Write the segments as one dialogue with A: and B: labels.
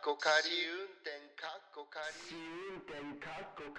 A: こ仮運転かっこ仮運転かっこ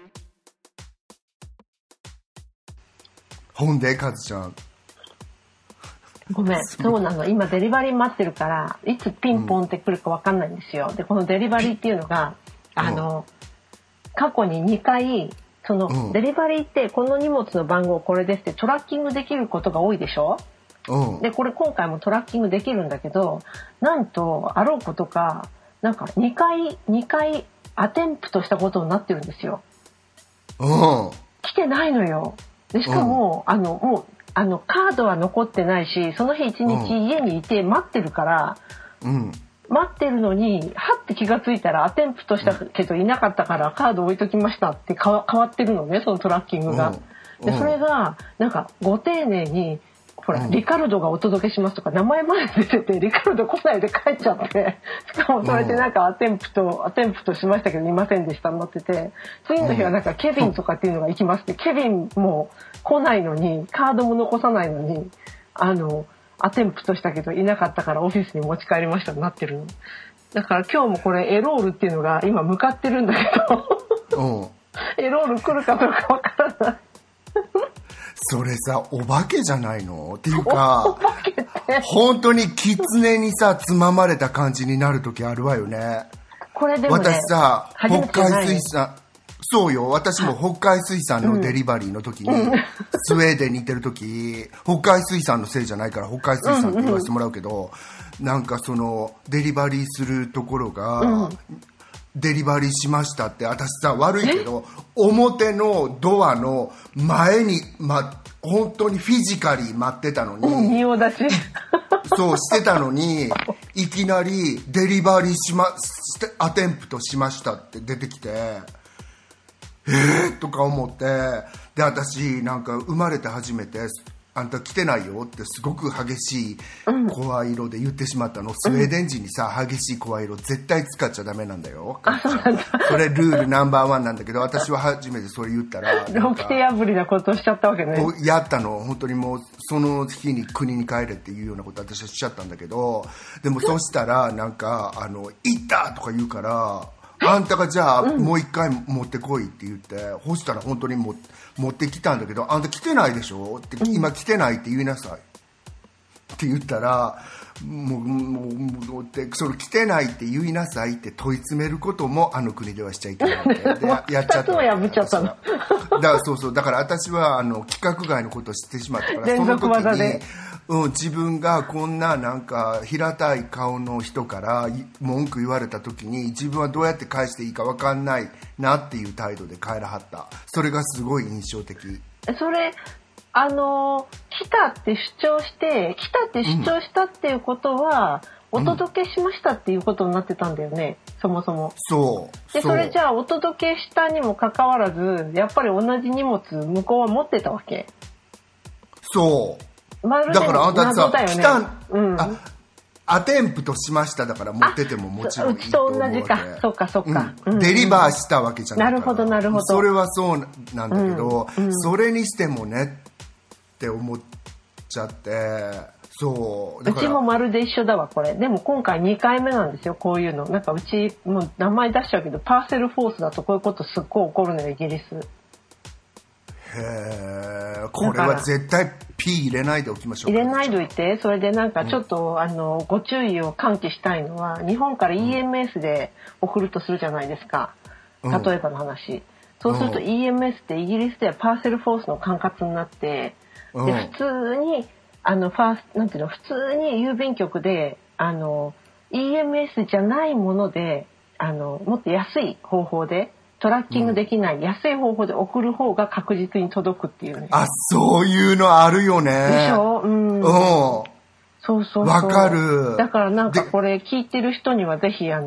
A: 仮。ほんでカズちゃん、
B: ごめん、そうなの。今デリバリー待ってるからいつピンポンって来るか分かんないんですよ。でこのデリバリーっていうのが過去に2回その、デリバリーってこの荷物の番号これですってトラッキングできることが多いでしょ。でこれ今回もトラッキングできるんだけど、なんとあろうことかなんか2回アテンプトしたことになってるんですよ。来てないのよ。でしかももうカードは残ってないし、その日一日家にいて待ってるから、待ってるのにはって気がついたらアテンプトしたけどいなかったからカード置いときましたって変わってるのね、そのトラッキングが。でそれがなんかご丁寧にほら、リカルドがお届けしますとか名前まで出てて、リカルド来ないで帰っちゃって、しかもそれでなんかアテンプトしましたけどいませんでしたになってて、次の日はなんかケビンとかっていうのが行きますって、ケビンも来ないのにカードも残さないのにアテンプトしたけどいなかったからオフィスに持ち帰りましたになってるの。だから今日もこれエロールっていうのが今向かってるんだけどエロール来るかどうかわからない。
A: それさ、お化けじゃないのっていうか、本当に狐にさつままれた感じになる時あるわよね。
B: これでもね、
A: 私さ、北海水産、そうよ、私も北海水産のデリバリーの時に、スウェーデンに行ってる時、北海水産のせいじゃないから北海水産って言わせてもらうけど、なんかそのデリバリーするところが、デリバリーしましたって私さ、悪いけど表のドアの前に、本当にフィジカリー待ってたのに、
B: 仁王立ち
A: そうしてたのにいきなりデリバリーアテンプトしましたって出てきて、とか思って、で私なんか生まれて初めてあんた来てないよってすごく激しい声色で言ってしまったの。スウェーデン人にさ、激しい声色絶対使っちゃダメなんだよ。それルールナンバー1なんだけど、私は初めてそれ言ったら
B: 掟破りなことをしちゃったわけね。
A: やったの。本当にもうその日に国に帰れっていうようなこと私はしちゃったんだけど、でもそしたらなんか行ったとか言うから、あんたがじゃあもう一回持ってこいって言って、そしたら本当に持ってきたんだけど、あんた来てないでしょって、今来てないって言いなさいって言ったら、もうってそれ来てないって言いなさいって問い詰めることもあの国ではしちゃいけないってやっちゃった
B: 破っちゃったの。
A: だからそうだから私は規格外のことを知ってしまったから、
B: 連続技で
A: その時に自分がこんななんか平たい顔の人から文句言われた時に自分はどうやって返していいか分かんないなっていう態度で帰らはった。それがすごい印象的。
B: それ来たって主張したっていうことは、お届けしましたっていうことになってたんだよね、そもそも。でそれじゃあお届けしたにもかかわらずやっぱり同じ荷物向こうは持ってたわけ。まるで
A: だからあんたさ、
B: ね、
A: 来たアテンプトしましただから持っててももちろんいいと思うわけ。
B: うちと同じか。そうか、
A: デリバーしたわけじゃないから。
B: なるほど。
A: それはそうなんだけど、それにしてもねって思っちゃって、そうだから
B: うちもまるで一緒だわこれ。でも今回2回目なんですよ、こういうの。なんかうちもう名前出しちゃうけど、パーセルフォースだとこういうことすっごい起こるのよ、イギリス。
A: これは絶対 P 入れないでおきましょう。
B: 入れないでおいて。それでなんかちょっと、ご注意を喚起したいのは、日本から EMS で送るとするじゃないですか、例えばの話。そうすると EMS ってイギリスではパーセルフォースの管轄になって、で普通になんていうの、普通に郵便局でEMS じゃないものでもっと安い方法でトラッキングできない安い方法で送る方が確実に届くっていうね。
A: そういうのあるよね。
B: でしょ。そう
A: わかる。
B: だからなんかこれ聞いてる人にはぜひ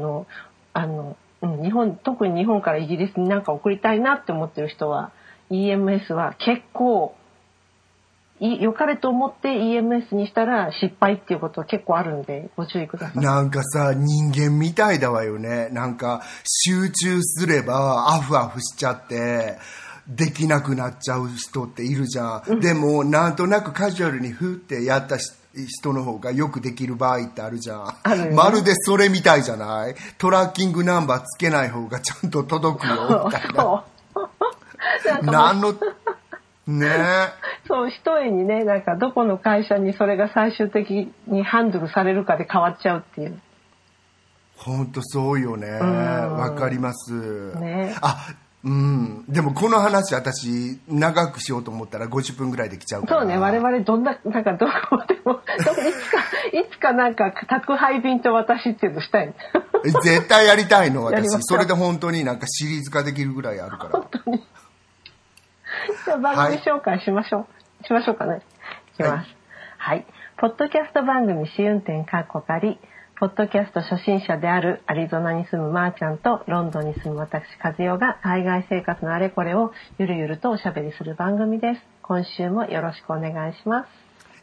B: 特に日本からイギリスになんか送りたいなって思ってる人は EMS は結構良かれと思って EMS にしたら失敗っていうことは結構あるんでご注意ください。
A: なんかさ、人間みたいだわよね。なんか集中すればアフアフしちゃってできなくなっちゃう人っているじゃん、でもなんとなくカジュアルにフってやった人の方がよくできる場合ってあるじゃん。
B: あるよね。
A: まるでそれみたいじゃない？トラッキングナンバーつけない方がちゃんと届くよみたいな。何のねえ。
B: そう、一重にね、なんかどこの会社にそれが最終的にハンドルされるかで変わっちゃうっていう。
A: 本当そうよね。わかります。
B: ね。
A: でもこの話私長くしようと思ったら50分ぐらいできちゃうから。
B: そうね、我々なんかどこでもいつかなんか宅配便と私っていうのしたい。
A: 絶対やりたいの私。
B: そ
A: れで本当になんかシリーズ化できるぐらいあるから。
B: 本当に。じゃあ番組紹介しましょうかね。いきます。はい。ポッドキャスト番組試運転カッコ仮。ポッドキャスト初心者であるアリゾナに住むまーちゃんとロンドンに住む私和代が海外生活のあれこれをゆるゆるとおしゃべりする番組です。今週もよろしくお願いします。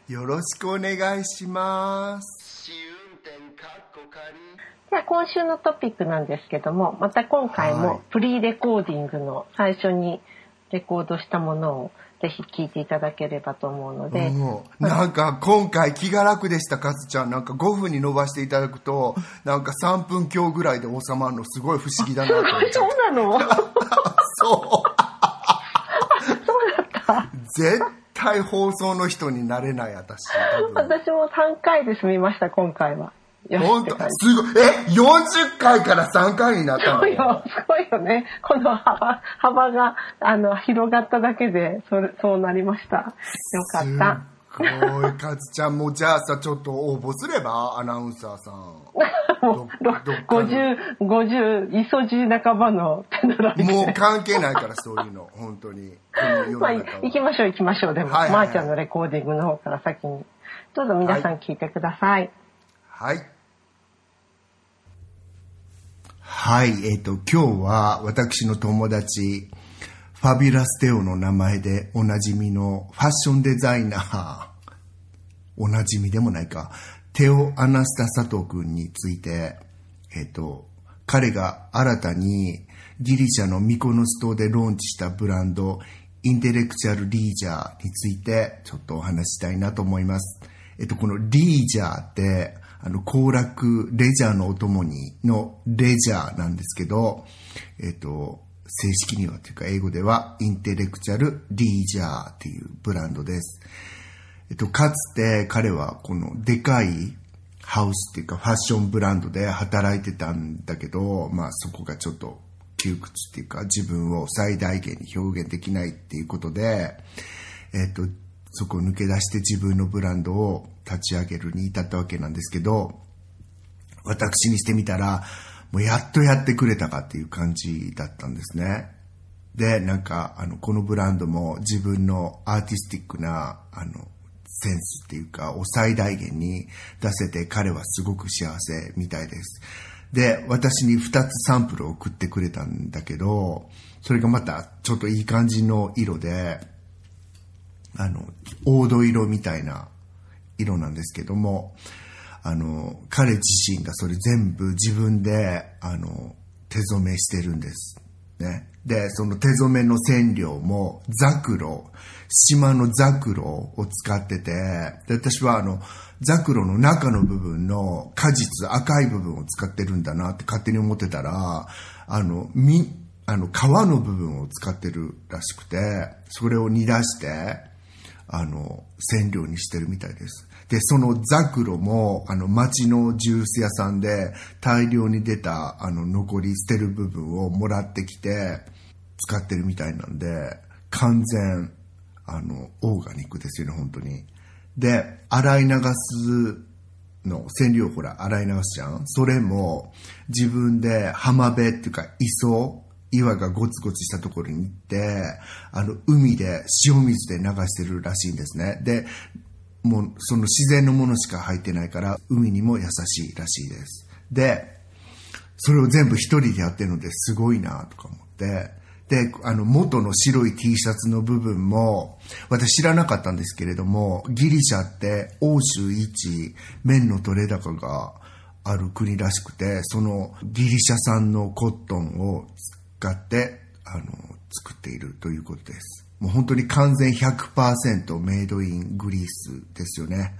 A: よろしくお願いします。試運転カッコ仮。
B: じゃあ今週のトピックなんですけども、また今回もプリレコーディングの最初にレコードしたものをぜひ聞いていただければと思うので、
A: なんか今回気が楽でした。かずちゃん、なんか5分に伸ばしていただくとなんか3分強ぐらいで収まるのすごい不思議だなと思って。
B: そうなの？
A: そう
B: そうだった。
A: 絶対放送の人になれない私
B: も3回で済みました。今回は
A: 本当すごい。40回から3回になったの？
B: すごいよね。この幅が広がっただけでそうなりました。よかった。
A: すごい。かずちゃんもじゃあさ、ちょっと応募すればアナウンサーさん。
B: もう50イソジ半ばの手習いで。
A: もう関係ないからそういうの本当に。
B: まあ行きましょう。でも、まーちゃんのレコーディングの方から先にどうぞ皆さん聞いてください。
A: はい。はい、今日は私の友達ファビュラステオの名前でおなじみのファッションデザイナー、おなじみでもないか、テオ・アナスタ佐藤君について、彼が新たにギリシャのミコノス島でローンチしたブランドインテレクチャルリージャーについてちょっとお話したいなと思います。このリージャーって行楽、レジャーのお供にのレジャーなんですけど、正式にはというか英語ではインテレクチャルリージャーっていうブランドです。かつて彼はこのでかいハウスっていうかファッションブランドで働いてたんだけど、まあそこがちょっと窮屈っていうか自分を最大限に表現できないっていうことで、そこを抜け出して自分のブランドを立ち上げるに至ったわけなんですけど、私にしてみたらもうやっとやってくれたかっていう感じだったんですね。で、なんかこのブランドも自分のアーティスティックなセンスっていうかを最大限に出せて彼はすごく幸せみたいです。で、私に2つサンプルを送ってくれたんだけど、それがまたちょっといい感じの色で、黄土色みたいな色なんですけども、彼自身がそれ全部自分で手染めしてるんですね。で、その手染めの染料もザクロ、島のザクロを使ってて、で私はザクロの中の部分の果実赤い部分を使ってるんだなって勝手に思ってたら、皮の部分を使ってるらしくて、それを煮出して染料にしてるみたいです。で、そのザクロも町のジュース屋さんで大量に出た残り捨てる部分をもらってきて使ってるみたいなんで、完全オーガニックですよね、本当に。で、洗い流すの染料、ほら洗い流すじゃん。それも自分で浜辺っていうか岩がゴツゴツしたところに行って海で塩水で流してるらしいんですね。で、もうその自然のものしか入ってないから海にも優しいらしいです。で、それを全部一人でやってるのですごいなとか思って、で、元の白い T シャツの部分も私知らなかったんですけれども、ギリシャって欧州一綿の取れ高がある国らしくて、そのギリシャ産のコットンを使って作っているということです。もう本当に完全 100% メイドイングリースですよね。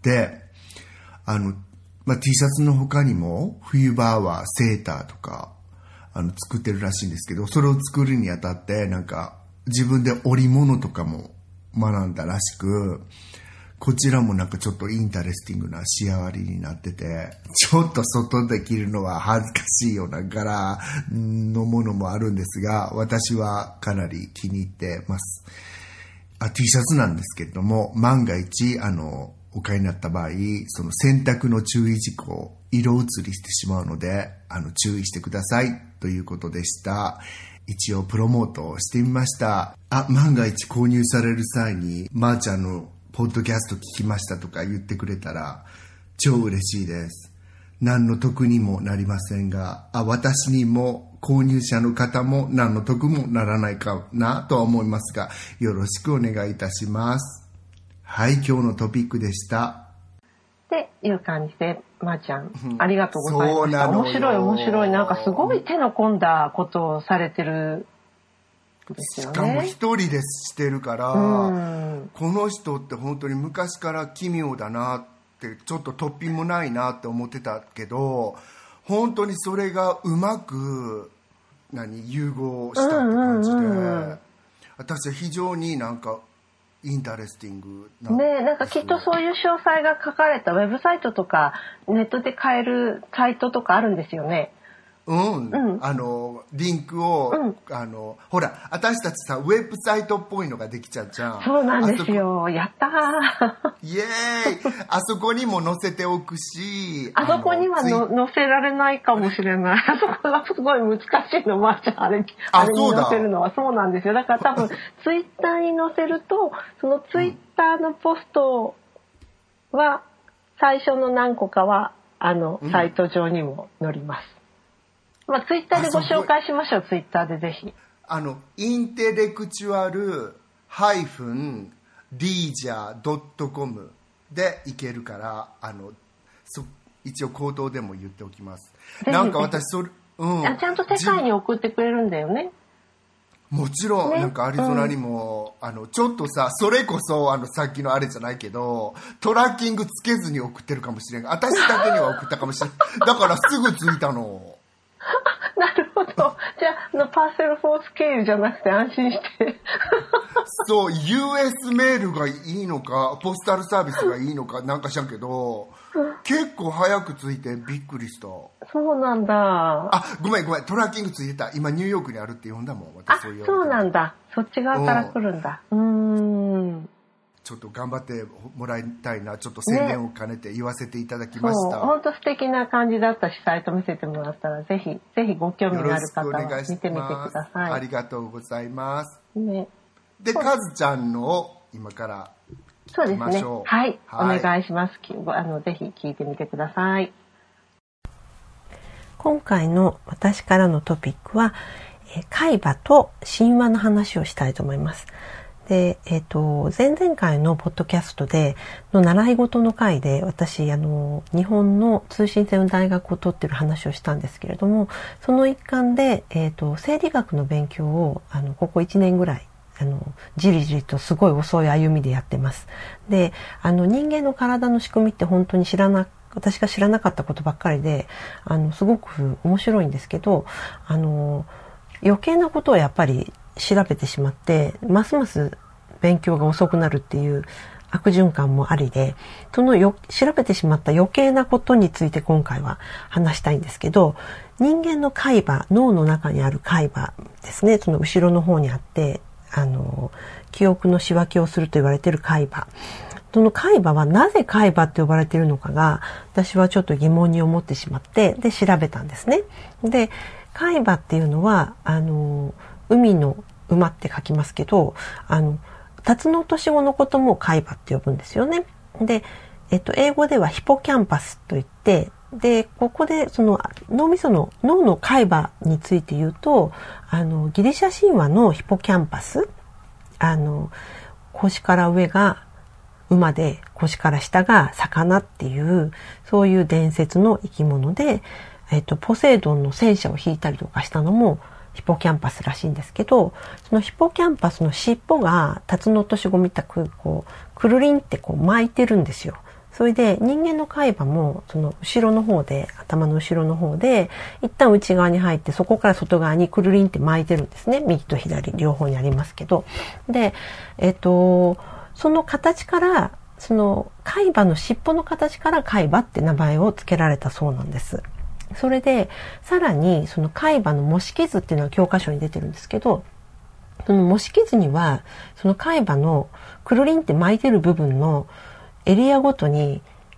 A: で、T シャツの他にも冬場はセーターとか作ってるらしいんですけど、それを作るにあたってなんか自分で織物とかも学んだらしく、こちらもなんかちょっとインタレスティングな仕上がりになってて、ちょっと外で着るのは恥ずかしいような柄のものもあるんですが、私はかなり気に入ってます。T シャツなんですけれども、万が一お買いになった場合、その洗濯の注意事項、色移りしてしまうので、注意してくださいということでした。一応プロモートをしてみました。万が一購入される際に、まーちゃんのポッドキャスト聞きましたとか言ってくれたら、超嬉しいです。何の得にもなりませんが、私にも購入者の方も何の得もならないかなとは思いますが、よろしくお願いいたします。はい、今日のトピックでした。
B: っていう感じで、まーちゃん、ありがとうございました。面白い。なんかすごい手の込んだことをされてるんですよね。
A: しかも一人でしてるから、この人って本当に昔から奇妙だなって、ちょっと突飛もないなって思ってたけど、本当にそれがうまく融合したって感じで、私は非常になんかインタレスティング
B: なんかきっとそういう詳細が書かれたウェブサイトとかネットで買えるサイトとかあるんですよね。
A: リンクを、ほら私たちさウェブサイトっぽいのができちゃうじゃん。
B: そうなんですよ。やったー
A: イエーイ。あそこにも載せておくし、
B: あそこには載せられないかもしれない。あそこがすごい難しいの、まーちゃん、あれに載せるのは。そうなんですよ。だから多分ツイッターに載せると、そのツイッターのポストは最初の何個かはサイト上にも載ります。ツイッターでご紹介しましょう。ツイッターでぜひ。
A: インテレクチュアル-leisure.com でいけるから、一応口頭でも言っておきます。なんか私ちゃ
B: んと世界に送ってくれるんだよね。
A: もちろん、なんかアリゾナにも、ちょっとさ、それこそさっきのあれじゃないけど、トラッキングつけずに送ってるかもしれん。私だけには送ったかもしれん。だからすぐ着いたの。
B: なるほど。じゃあパーセルフォース経由じゃなくて安心して
A: そう、US メールがいいのかポスタルサービスがいいのかなんか知らんけど、結構早く着いてびっくりした。
B: そうなんだ。
A: ごめんトラッキングついてた。今ニューヨークにあるって呼んだもん。
B: そうなんだ。そっち側から来るんだ。
A: ちょっと頑張ってもらいたいな。ちょっと宣伝を兼ねて言わせていただきました。
B: 本当素敵な感じだったし、サイト見せてもらったらぜひご興味のある方は見てみてください。
A: ありがとうございます。で、カズちゃんのを今から聞きましょう。
B: はい、お願いします。ぜひ聞いてみてください。今回の私からのトピックは、海馬と神話の話をしたいと思います。で、前々回のポッドキャストでの習い事の回で私日本の通信制の大学を取ってる話をしたんですけれども、その一環で、生理学の勉強をここ1年ぐらいじりじりとすごい遅い歩みでやってます。で、人間の体の仕組みって本当に私が知らなかったことばっかりで、すごく面白いんですけど、余計なことをやっぱり調べてしまってますます勉強が遅くなるっていう悪循環もありで、その調べてしまった余計なことについて今回は話したいんですけど、人間の海馬、脳の中にある海馬ですね、その後ろの方にあって記憶の仕分けをすると言われている海馬、その海馬はなぜ海馬って呼ばれているのかが私はちょっと疑問に思ってしまって、で調べたんですね。で、海馬っていうのは海の馬って書きますけど、タツノオトシゴのことも海馬って呼ぶんですよね。で、英語ではヒポキャンパスといって、でここでその脳の海馬について言うと、ギリシャ神話のヒポキャンパス、腰から上が馬で腰から下が魚っていうそういう伝説の生き物で、ポセイドンの戦車を引いたりとかしたのもヒポキャンパスらしいんですけど、そのヒポキャンパスの尻尾がタツノオトシゴみたくくるりんって巻いてるんですよ。 それで人間の海馬もその後ろの方で、頭の後ろの方で一旦内側に入って、そこから外側にくるりんって巻いてるんですね。右と左両方にありますけど。で、その形から、その海馬の尻尾の形から海馬って名前を付けられたそうなんです。それでさらにその海馬の模式図っていうのは教科書に出てるんですけど、その模式図にはその海馬のくるりんって巻いてる部分のエリアごとに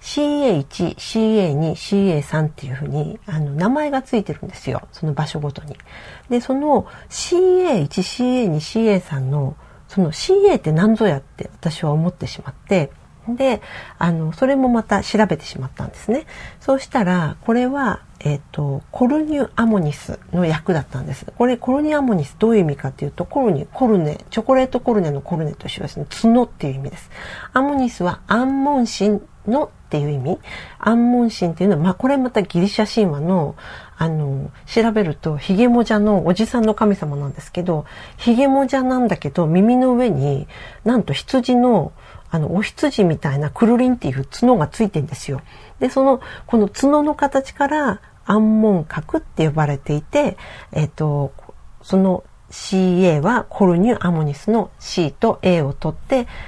B: CA1、CA2、CA3 っていうふうに名前がついてるんですよ。その場所ごとに。で、その CA1、CA2、CA3 のその CA って何ぞやって私は思ってしまって、で、それもまた調べてしまったんですね。そうしたら、これは、コルニュアモニスの役だったんです。これ、コルニュアモニスどういう意味かっていうと、コルネ、チョコレートコルネのコルネと一緒ですね。角っていう意味です。アモニスはアンモンシンのっていう意味。アンモンシンっていうのは、これまたギリシャ神話の、調べると、ヒゲモジャのおじさんの神様なんですけど、ヒゲモジャなんだけど、耳の上になんと羊の、お羊みたいなクルリンっていう角がついてるんですよ。で、この角の形からアンモン核って呼ばれていて、その CA はコルニュアモニスの C と A を取って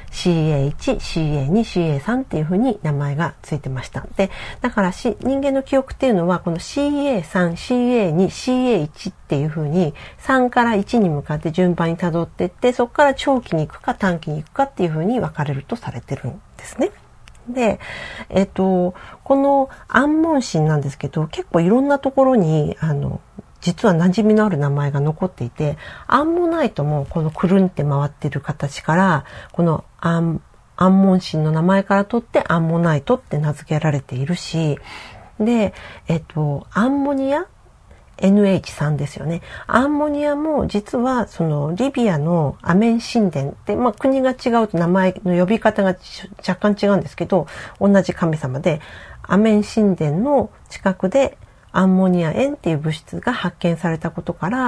B: CA1、CA2、CA3 っていう風に名前がついてました。で、だから人間の記憶っていうのはこの CA3、CA2、CA1 っていう風に3から1に向かって順番に辿っていって、そこから長期に行くか短期に行くかっていう風に分かれるとされてるんですね。で、このアンモンシンなんですけど、結構いろんなところに実は馴染みのある名前が残っていて、アンモナイトもこのくるんって回ってる形から、このアンモンシンの名前から取ってアンモナイトって名付けられているし、で、アンモニアNH3 ですよね。アンモニアも実はそのリビアのアメン神殿って、国が違うと名前の呼び方が若干違うんですけど、同じ神様で、アメン神殿の近くでアンモニア塩っていう物質が発見されたことから、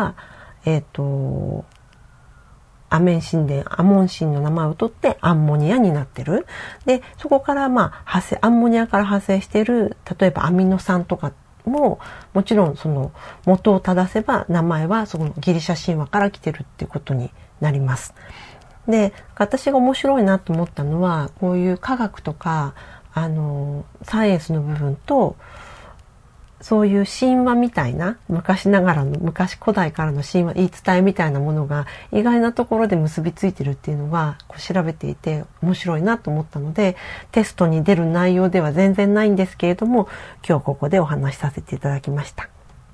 B: アメン神殿、アモン神の名前を取ってアンモニアになってる。で、そこからアンモニアから派生している、例えばアミノ酸とかもちろんその元を正せば名前はそのギリシャ神話から来てるっていうことになります。で、私が面白いなと思ったのは、こういう科学とかサイエンスの部分と、そういう神話みたいな昔古代からの神話言い伝えみたいなものが意外なところで結びついてるっていうのが調べていて面白いなと思ったので、テストに出る内容では全然ないんですけれども、今日ここでお話しさせていただきました。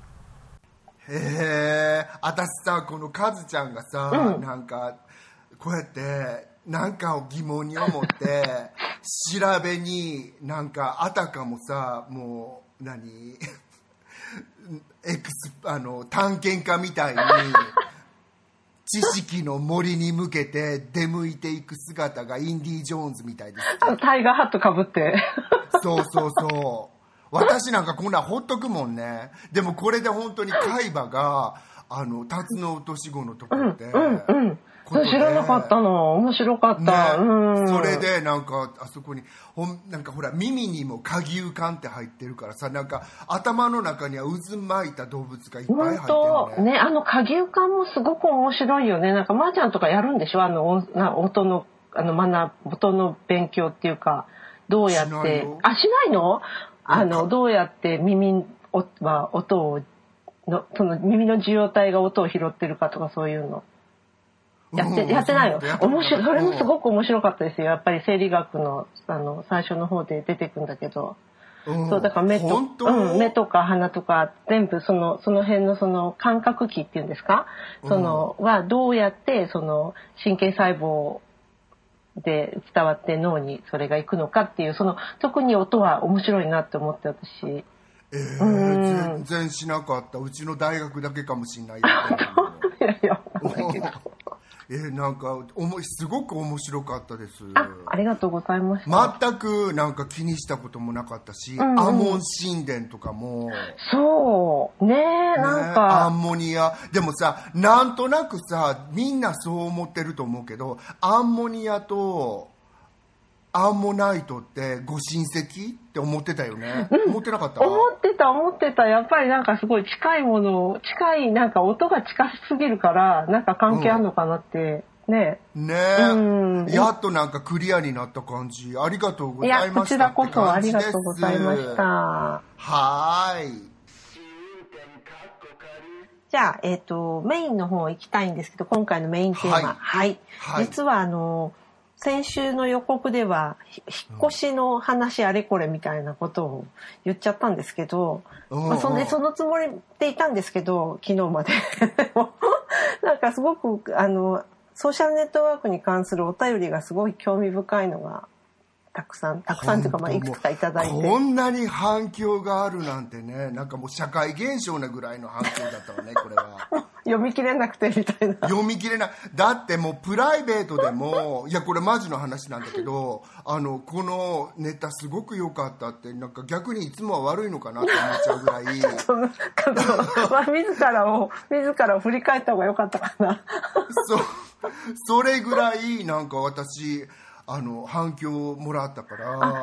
A: 私さ、このカズちゃんがさ、なんかこうやってなんかを疑問に思って調べになんかあたかもさ、もう探検家みたいに知識の森に向けて出向いていく姿がインディ・ジョーンズみたいです。
B: タイガーハットかぶって
A: そう私なんかこんなんほっとくもんね。でもこれで本当に海馬がタツノオトシゴのところで、
B: 知らなかったの。面白かった、
A: ね、それでなんかあそこになんかほら耳にも下牛管って入ってるからさ、なんか頭の中には渦巻いた動物がいっぱい入ってるのね。
B: 下牛管もすごく面白いよね。なんかまーちゃんとかやるんでしょ、音の音の勉強っていうか、どうやってしないの？どうやって耳は音をその耳の受容体が音を拾ってるかとか、そういうのやってないの？面白い。それもすごく面白かったですよ。やっぱり生理学の最初の方で出てくんだけど、そうだから目とか鼻とか全部その辺のその感覚器っていうんですか、はどうやってその神経細胞で伝わって脳にそれが行くのかっていう、特に音は面白いなって思って私。
A: 全然しなかった。うちの大学だけかもしれない。
B: いや
A: なんかすごく面白かったです。
B: ありがとうございました。
A: 全くなんか気にしたこともなかったし、アモン神殿とかも
B: そうね、なんか
A: アンモニアでもさ、なんとなくさみんなそう思ってると思うけど、アンモニアとアンモナイトってご親戚って思ってたよね、思ってなかった？
B: 思ってた。やっぱりなんかすごい近いもの、なんか音が近すぎるからなんか関係あるのかなって、ね
A: え、やっとなんかクリアになった感じ。ありがとうございました。
B: いや、こちらこそありがとうございました。
A: はい。
B: じゃあ、メインの方行きたいんですけど、今回のメインテーマ。はい。実は先週の予告では引っ越しの話あれこれみたいなことを言っちゃったんですけど、そのつもりでいたんですけど、昨日までなんかすごくソーシャルネットワークに関するお便りがすごい興味深いのがたくさんというか、いくつかいただいて、
A: こんなに反響があるなんてね、なんかもう社会現象なぐらいの反響だったわね、これは。
B: 読み切れなくてみたいな。
A: 読み切れない。だってもうプライベートでもいやこれマジの話なんだけど、このネタすごく良かったって、なんか逆にいつもは悪いのかなって思っちゃうぐらい
B: 自らを振り返った方が良かったかな
A: それぐらいなんか私反響をもらったから。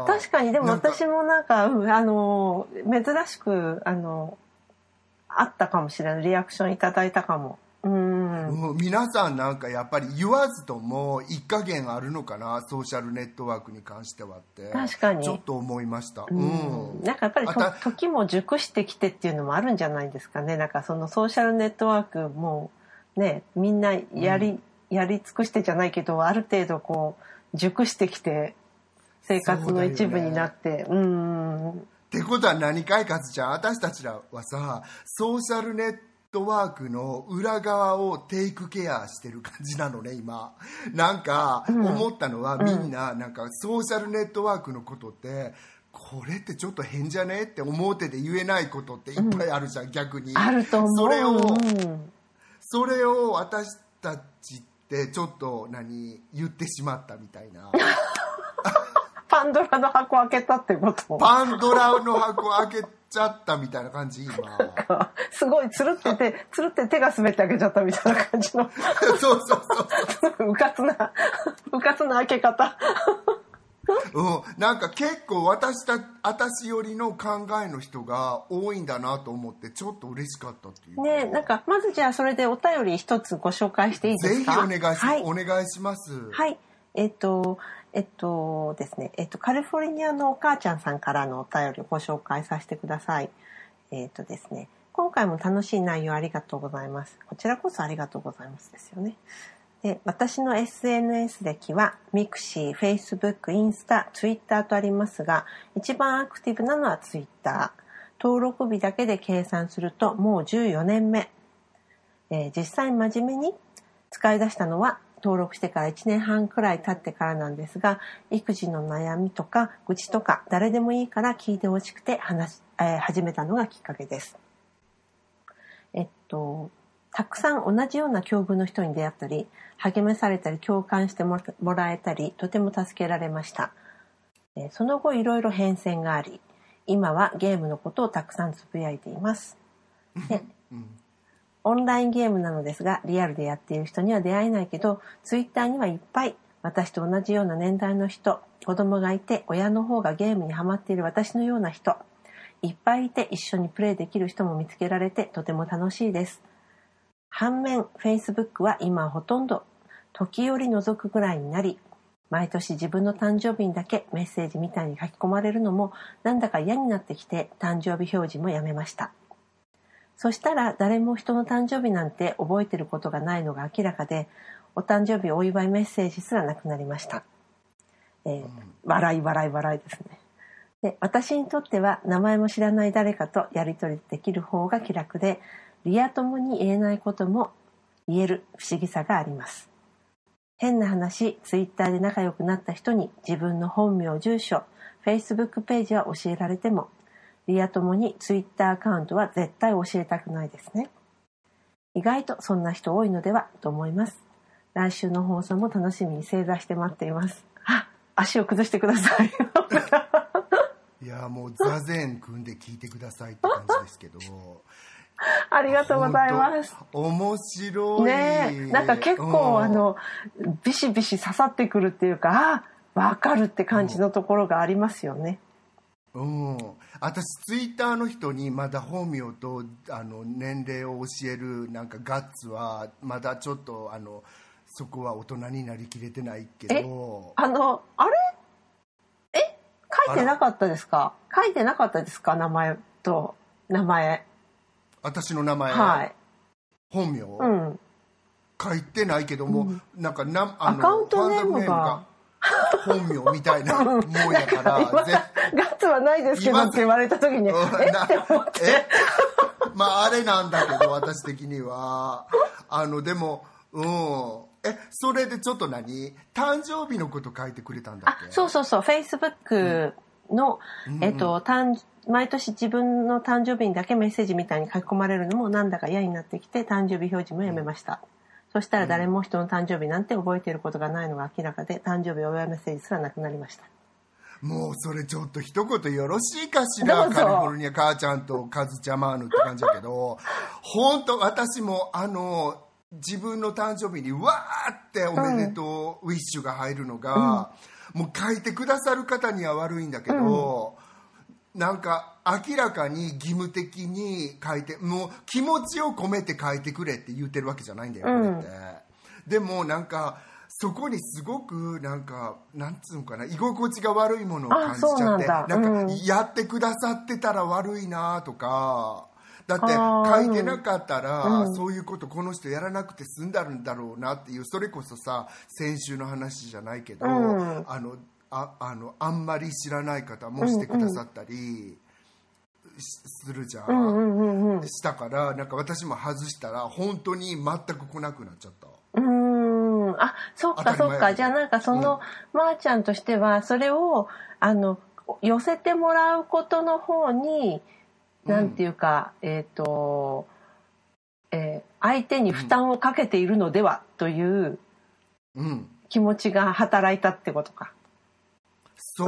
B: 確かに。でも私もなんか珍しくあったかもしれない。リアクションいただいたかも。
A: 皆さんなんかやっぱり言わずとも一加減あるのかな、ソーシャルネットワークに関してはって
B: 確かに
A: ちょっと思いました。
B: なんかやっぱり時も熟してきてっていうのもあるんじゃないですかね。なんかそのソーシャルネットワークもね、みんなやり尽くしてじゃないけど、ある程度こう熟してきて生活の一部になって、
A: ってことは何かいかずちゃん、私たちらはさ、ソーシャルネットワークの裏側をテイクケアしてる感じなのね今。なんか思ったのは、みんななんかソーシャルネットワークのことってこれってちょっと変じゃねって思ってて言えないことっていっぱいあるじゃん、逆に。
B: あると思う。
A: それを私たちってちょっと言ってしまったみたいな。
B: パンドラの箱開けたってこと？
A: パンドラの箱開けちゃったみたいな感じ今。
B: すごいつるって手が滑って開けちゃったみたいな感じの。
A: そう
B: うかつな開け方。
A: なんか結構私よりの考えの人が多いんだなと思ってちょっと嬉しかったっていう
B: ね。なんかまずじゃあそれでお便り一つご紹介していいですか？
A: ぜひお願いします。
B: はい。ですね、カリフォルニアのお母ちゃんさんからのお便りをご紹介させてください。ですね、今回も楽しい内容ありがとうございます。こちらこそありがとうございますですよね。で、私の SNS 歴はミクシー、Facebook、インスタ、ツイッターとありますが、一番アクティブなのはツイッター。登録日だけで計算するともう14年目。実際真面目に使い出したのは登録してから1年半くらい経ってからなんですが、育児の悩みとか愚痴とか誰でもいいから聞いてほしくて始めたのがきっかけです。たくさん同じような境遇の人に出会ったり、励まされたり共感してもらえたり、とても助けられました。その後いろいろ変遷があり、今はゲームのことをたくさんつぶやいています。でオンラインゲームなのですが、リアルでやっている人には出会えないけど、ツイッターにはいっぱい私と同じような年代の人、子供がいて親の方がゲームにハマっている私のような人、いっぱいいて一緒にプレイできる人も見つけられてとても楽しいです。反面、Facebook は今ほとんど時折覗くぐらいになり、毎年自分の誕生日にだけメッセージみたいに書き込まれるのもなんだか嫌になってきて、誕生日表示もやめました。そしたら誰も人の誕生日なんて覚えてることがないのが明らかで、お誕生日お祝いメッセージすらなくなりました。笑いですね。で、私にとっては名前も知らない誰かとやり取りできる方が気楽で、リア友に言えないことも言える不思議さがあります。変な話、ツイッターで仲良くなった人に自分の本名、住所、Facebook ページは教えられても、リア友にツイッターアカウントは絶対教えたくないですね。意外とそんな人多いのではと思います。来週の放送も楽しみに正座して待っています。足を崩してください。
A: いやもう座禅組んで聞いてくださいって感じですけど。
B: ありがとうございます。
A: 面白い。
B: ねえ、なんか結構ビシビシ刺さってくるっていうか、 分かるって感じのところがありますよね。
A: 私ツイッターの人にまだ本名と年齢を教えるなんかガッツはまだちょっとそこは大人になりきれてないけど、
B: あれ書いてなかったですか？書いてなかったですか？名前。
A: 私の名前、
B: はい、
A: 本名、書いてないけども、なんか
B: アカウントネームが
A: 本名みたいなもんやから
B: ガッツはないですけどって言われた時にって思って
A: まああれなんだけど私的にはでもそれでちょっと誕生日のこと書いてくれたんだっけ？
B: そうフェイスブックの、毎年自分の誕生日にだけメッセージみたいに書き込まれるのもなんだか嫌になってきて誕生日表示もやめました、そしたら誰も人の誕生日なんて覚えていることがないのが明らかで誕生日お祝いメッセージすらなくなりました。
A: もうそれちょっと一言よろしいかしら。カリフォルニア母ちゃんとカズチャマーヌって感じだけど本当私も自分の誕生日にわーっておめでとう、ウィッシュが入るのが、もう書いてくださる方には悪いんだけど、なんか明らかに義務的に書いて、もう気持ちを込めて書いてくれって言ってるわけじゃないんだよ、これって。でもなんかそこにすごくなんつうのかな、居心地が悪いものを感じちゃって、なんかやってくださってたら悪いなとか、だって書いてなかったら、そういうことこの人やらなくて済んだんだろうなっていう、それこそさ先週の話じゃないけど、あんまり知らない方もしてくださったりするじゃん、したからなんか私も外したら本当に全く来なくなっちゃった。
B: そっか。じゃあなんかまーちゃんとしてはそれを寄せてもらうことの方になんていうか、相手に負担をかけているのではという気持ちが働いたってことか。
A: そう、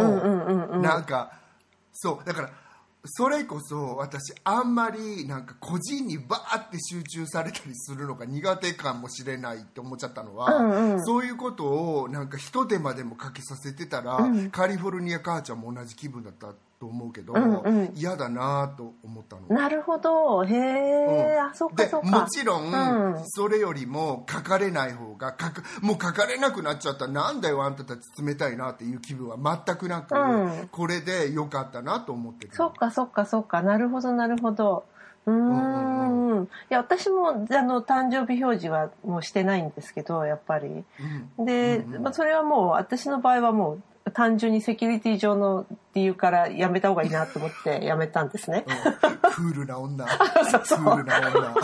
A: なんかそうだからそれこそ私あんまりなんか個人にバーって集中されたりするのが苦手かもしれないって思っちゃったのは、そういうことをなんか一手間でもかけさせてたら、カリフォルニア母ちゃんも同じ気分だったと思うけど、嫌だなと思ったの。
B: なるほど、へえ、そっかそっか。
A: もちろん、それよりも書かれない方がもう書かれなくなっちゃったらなんだよあんたたち冷たいなっていう気分は全くなく、これでよかったなと思ってる。
B: そっか、なるほど。いや私も誕生日表示はもうしてないんですけどやっぱり、で、それはもう私の場合はもう単純にセキュリティ上の理由からやめた方がいいなと思ってやめたんですね。
A: クールな女。クールな女。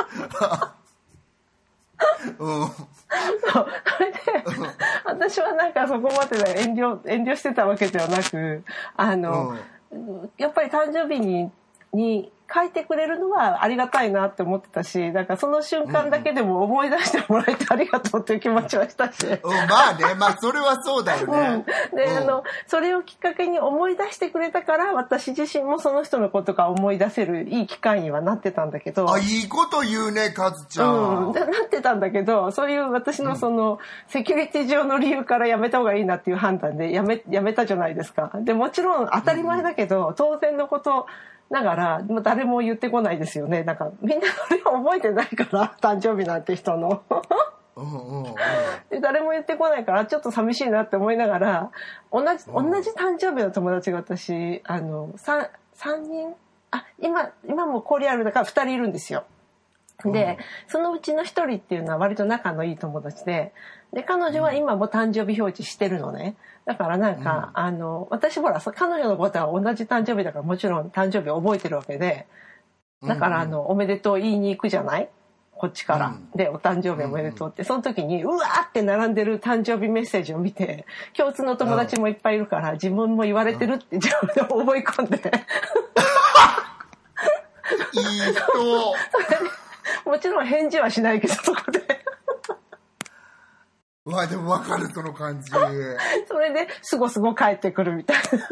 B: それで私はなんかそこまで遠慮してたわけではなくやっぱり誕生日に書いてくれるのはありがたいなって思ってたし、だからその瞬間だけでも思い出してもらえてありがとうっていう気持ちはしたし、
A: まあね、まあそれはそうだよね、
B: でそれをきっかけに思い出してくれたから私自身もその人のことが思い出せるいい機会にはなってたんだけど、
A: いいこと言うねカズちゃん、
B: なってたんだけど、そういう私のセキュリティ上の理由からやめた方がいいなっていう判断でやめたじゃないですか。でもちろん当たり前だけど、当然のことだから誰も言ってこないですよね。なんかみんなそれを覚えてないから誕生日なんて人ので誰も言ってこないからちょっと寂しいなって思いながら、同じ誕生日の友達が私3人今もコリアルだから2人いるんですよ。でそのうちの1人っていうのは割と仲のいい友達で彼女は今も誕生日表示してるのね。だからなんか、私ほら彼女のことは同じ誕生日だからもちろん誕生日覚えてるわけで、だからおめでとう言いに行くじゃない、こっちから、でお誕生日おめでとうって、その時にうわーって並んでる誕生日メッセージを見て共通の友達もいっぱいいるから自分も言われてるって自分で覚え込んで
A: いい人
B: もちろん返事はしないけどそこで
A: でも分かるその感じ。
B: それですご帰ってくるみたいな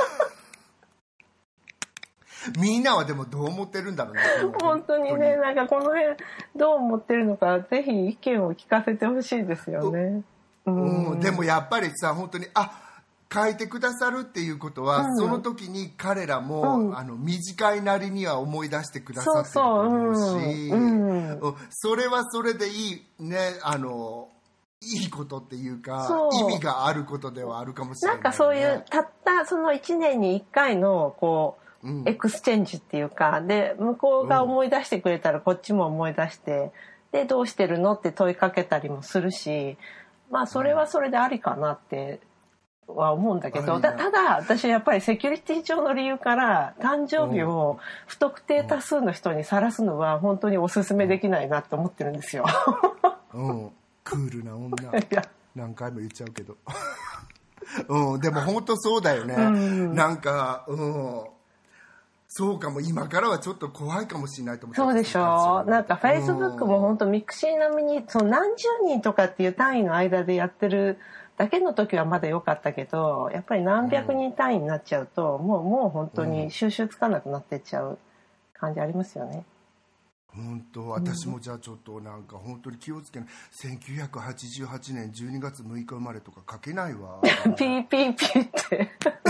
A: みんなはでもどう思ってるんだろうね。
B: 本当にね、なんかこの辺どう思ってるのかぜひ意見を聞かせてほしいですよね。
A: でもやっぱりさ本当に書いてくださるっていうことは、その時に彼らも、短いなりには思い出してくださってると思うし、それはそれでいいね、いいことっていうか、意味があることではあるかもしれない、ね、
B: なんかそういうたったその1年に1回のこう、エクスチェンジっていうかで、向こうが思い出してくれたらこっちも思い出して、でどうしてるのって問いかけたりもするし、まあそれはそれでありかなっては思うんだけど、ただ私やっぱりセキュリティ上の理由から誕生日を不特定多数の人にさらすのは本当にお勧めできないなって思ってるんですよ。
A: クールな女何回も言っちゃうけどでも本当そうだよね、なんか、そうかも、今からはちょっと怖いかもしれないと思って。
B: そうでしょう。なんかフェイスブックも本当ミクシー並みにその何十人とかっていう単位の間でやってるだけの時はまだ良かったけど、やっぱり何百人単位になっちゃうと、もう本当に収集つかなくなってっちゃう感じありますよね。
A: 本当、私もじゃあちょっとなんか本当に気をつけない。1988年12月6日生まれとか書けないわ。
B: ピーピーピーって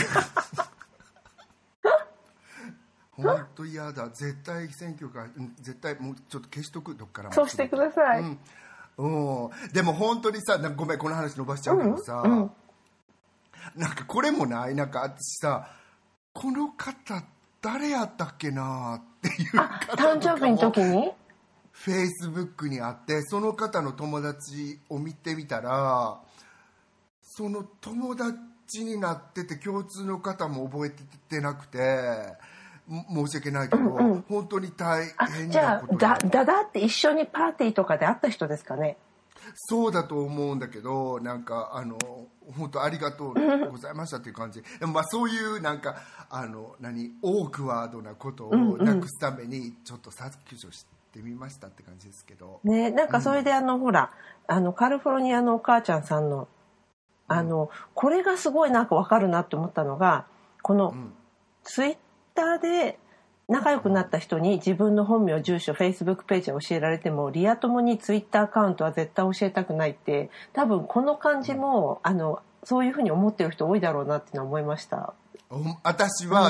A: 本当嫌だ。絶対選挙が絶対もうちょっと消しとく、どっからも。
B: そうしてください。
A: でも本当にさ、ごめんこの話伸ばしちゃうけどさ、なんかこれもない、なんか私さ、この方誰やったっけなっていう方
B: 誕生日の時に
A: フェイスブックにあって、その方の友達を見てみたら、その友達になってて共通の方も覚えてなくて申し訳ないけど、本当に大変なこと。
B: じゃあだって一緒にパーティーとかで会った人ですかね。
A: そうだと思うんだけど、なんか本当ありがとうございましたっていう感じでも、まあそういうなんかオークワードなことをなくすためにちょっと削除してみましたって感じですけど
B: ね。なんかそれでほらカリフォルニアのお母ちゃんさんのこれがすごいなんか分かるなって思ったのが、このツイッターで仲良くなった人に自分の本名、住所、フェイスブックページを教えられても、リア友にツイッターアカウントは絶対教えたくないって、多分この感じもそういうふうに思ってる人多いだろうなっていうのは思いました。
A: 私は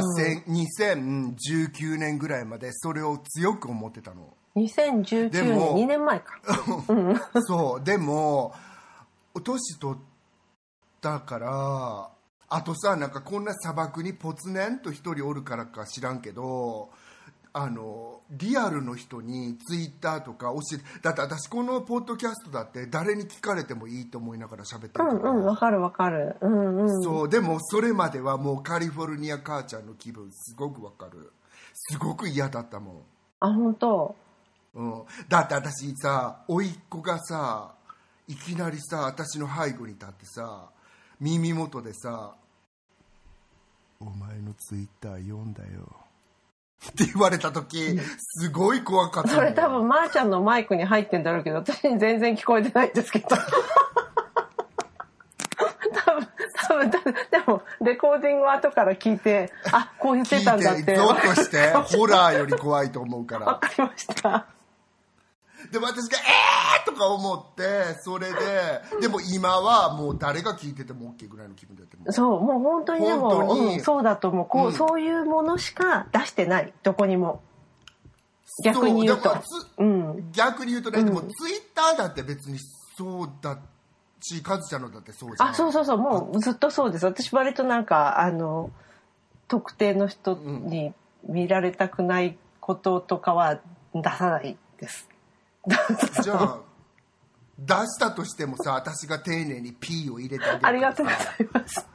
A: 2019年ぐらいまでそれを強く思ってたの。
B: 2019年2年前か
A: そうでも年取ったから、あとさ、なんかこんな砂漠にポツネンと一人おるからか知らんけど、リアルの人にツイッターとか教えて、だって私このポッドキャストだって誰に聞かれてもいいと思いながら喋ってるから。
B: わかるわかる。
A: そうでもそれまではもうカリフォルニア母ちゃんの気分すごくわかる。すごく嫌だったもん。
B: 本当。
A: だって私さ、甥っ子がさ、いきなりさ、私の背後に立ってさ、耳元でさ、お前のツイッター読んだよって言われた時、すごい怖かった。
B: それ多分まーちゃんのマイクに入ってんだろうけど、私に全然聞こえてないんですけど多分でもレコーディングを後から聞いて、こう言ってたんだって。
A: ゾッとしてホラーより怖いと思うから。
B: わかりました。
A: でも私がとか思って、それでも今はもう誰が聞いてても OK ぐらいの気分でやってる。
B: そう、もう本当にでも、そうだと思う。そういうものしか出してない、どこにも。逆に言うと。
A: 逆に言うとね、でもツイッターだって別にそうだし、カズちゃんのだってそうじゃん。
B: そう、もうずっとそうです。私割となんか特定の人に見られたくないこととかは出さないです。
A: じゃあ出したとしてもさ、私が丁寧に P を入れてあげるから。
B: ありがとうございます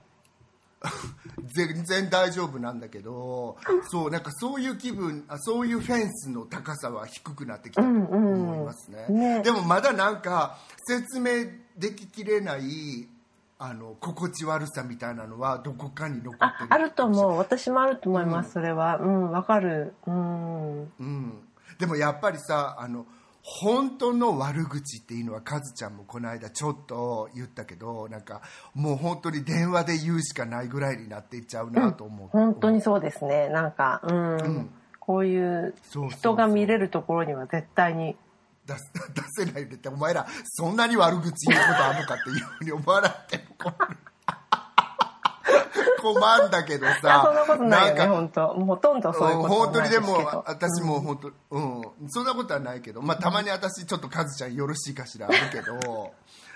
A: 全然大丈夫なんだけど、そうなんかそういう気分、そういうフェンスの高さは低くなってきたと思いますね。でもまだなんか説明でききれない心地悪さみたいなのはどこかに残ってる。
B: あると思う。私もあると思います。それはわかる。
A: でもやっぱりさ、本当の悪口っていうのはカズちゃんもこの間ちょっと言ったけど、なんかもう本当に電話で言うしかないぐらいになっていっちゃうなと思う。
B: 本当にそうですね。なんかこういう人が見れるところには絶対に
A: 出せないでって、お前らそんなに悪口言うことあるのかっていうふうに思わなくても困る困んだけどさ。
B: いや、そんなことないよね、本当。ほとんどそういうことはないですけど。
A: 本当にでも、私も本当、そんなことはないけど、まあ、たまに私、ちょっとカズちゃんよろしいかしら、あるけど、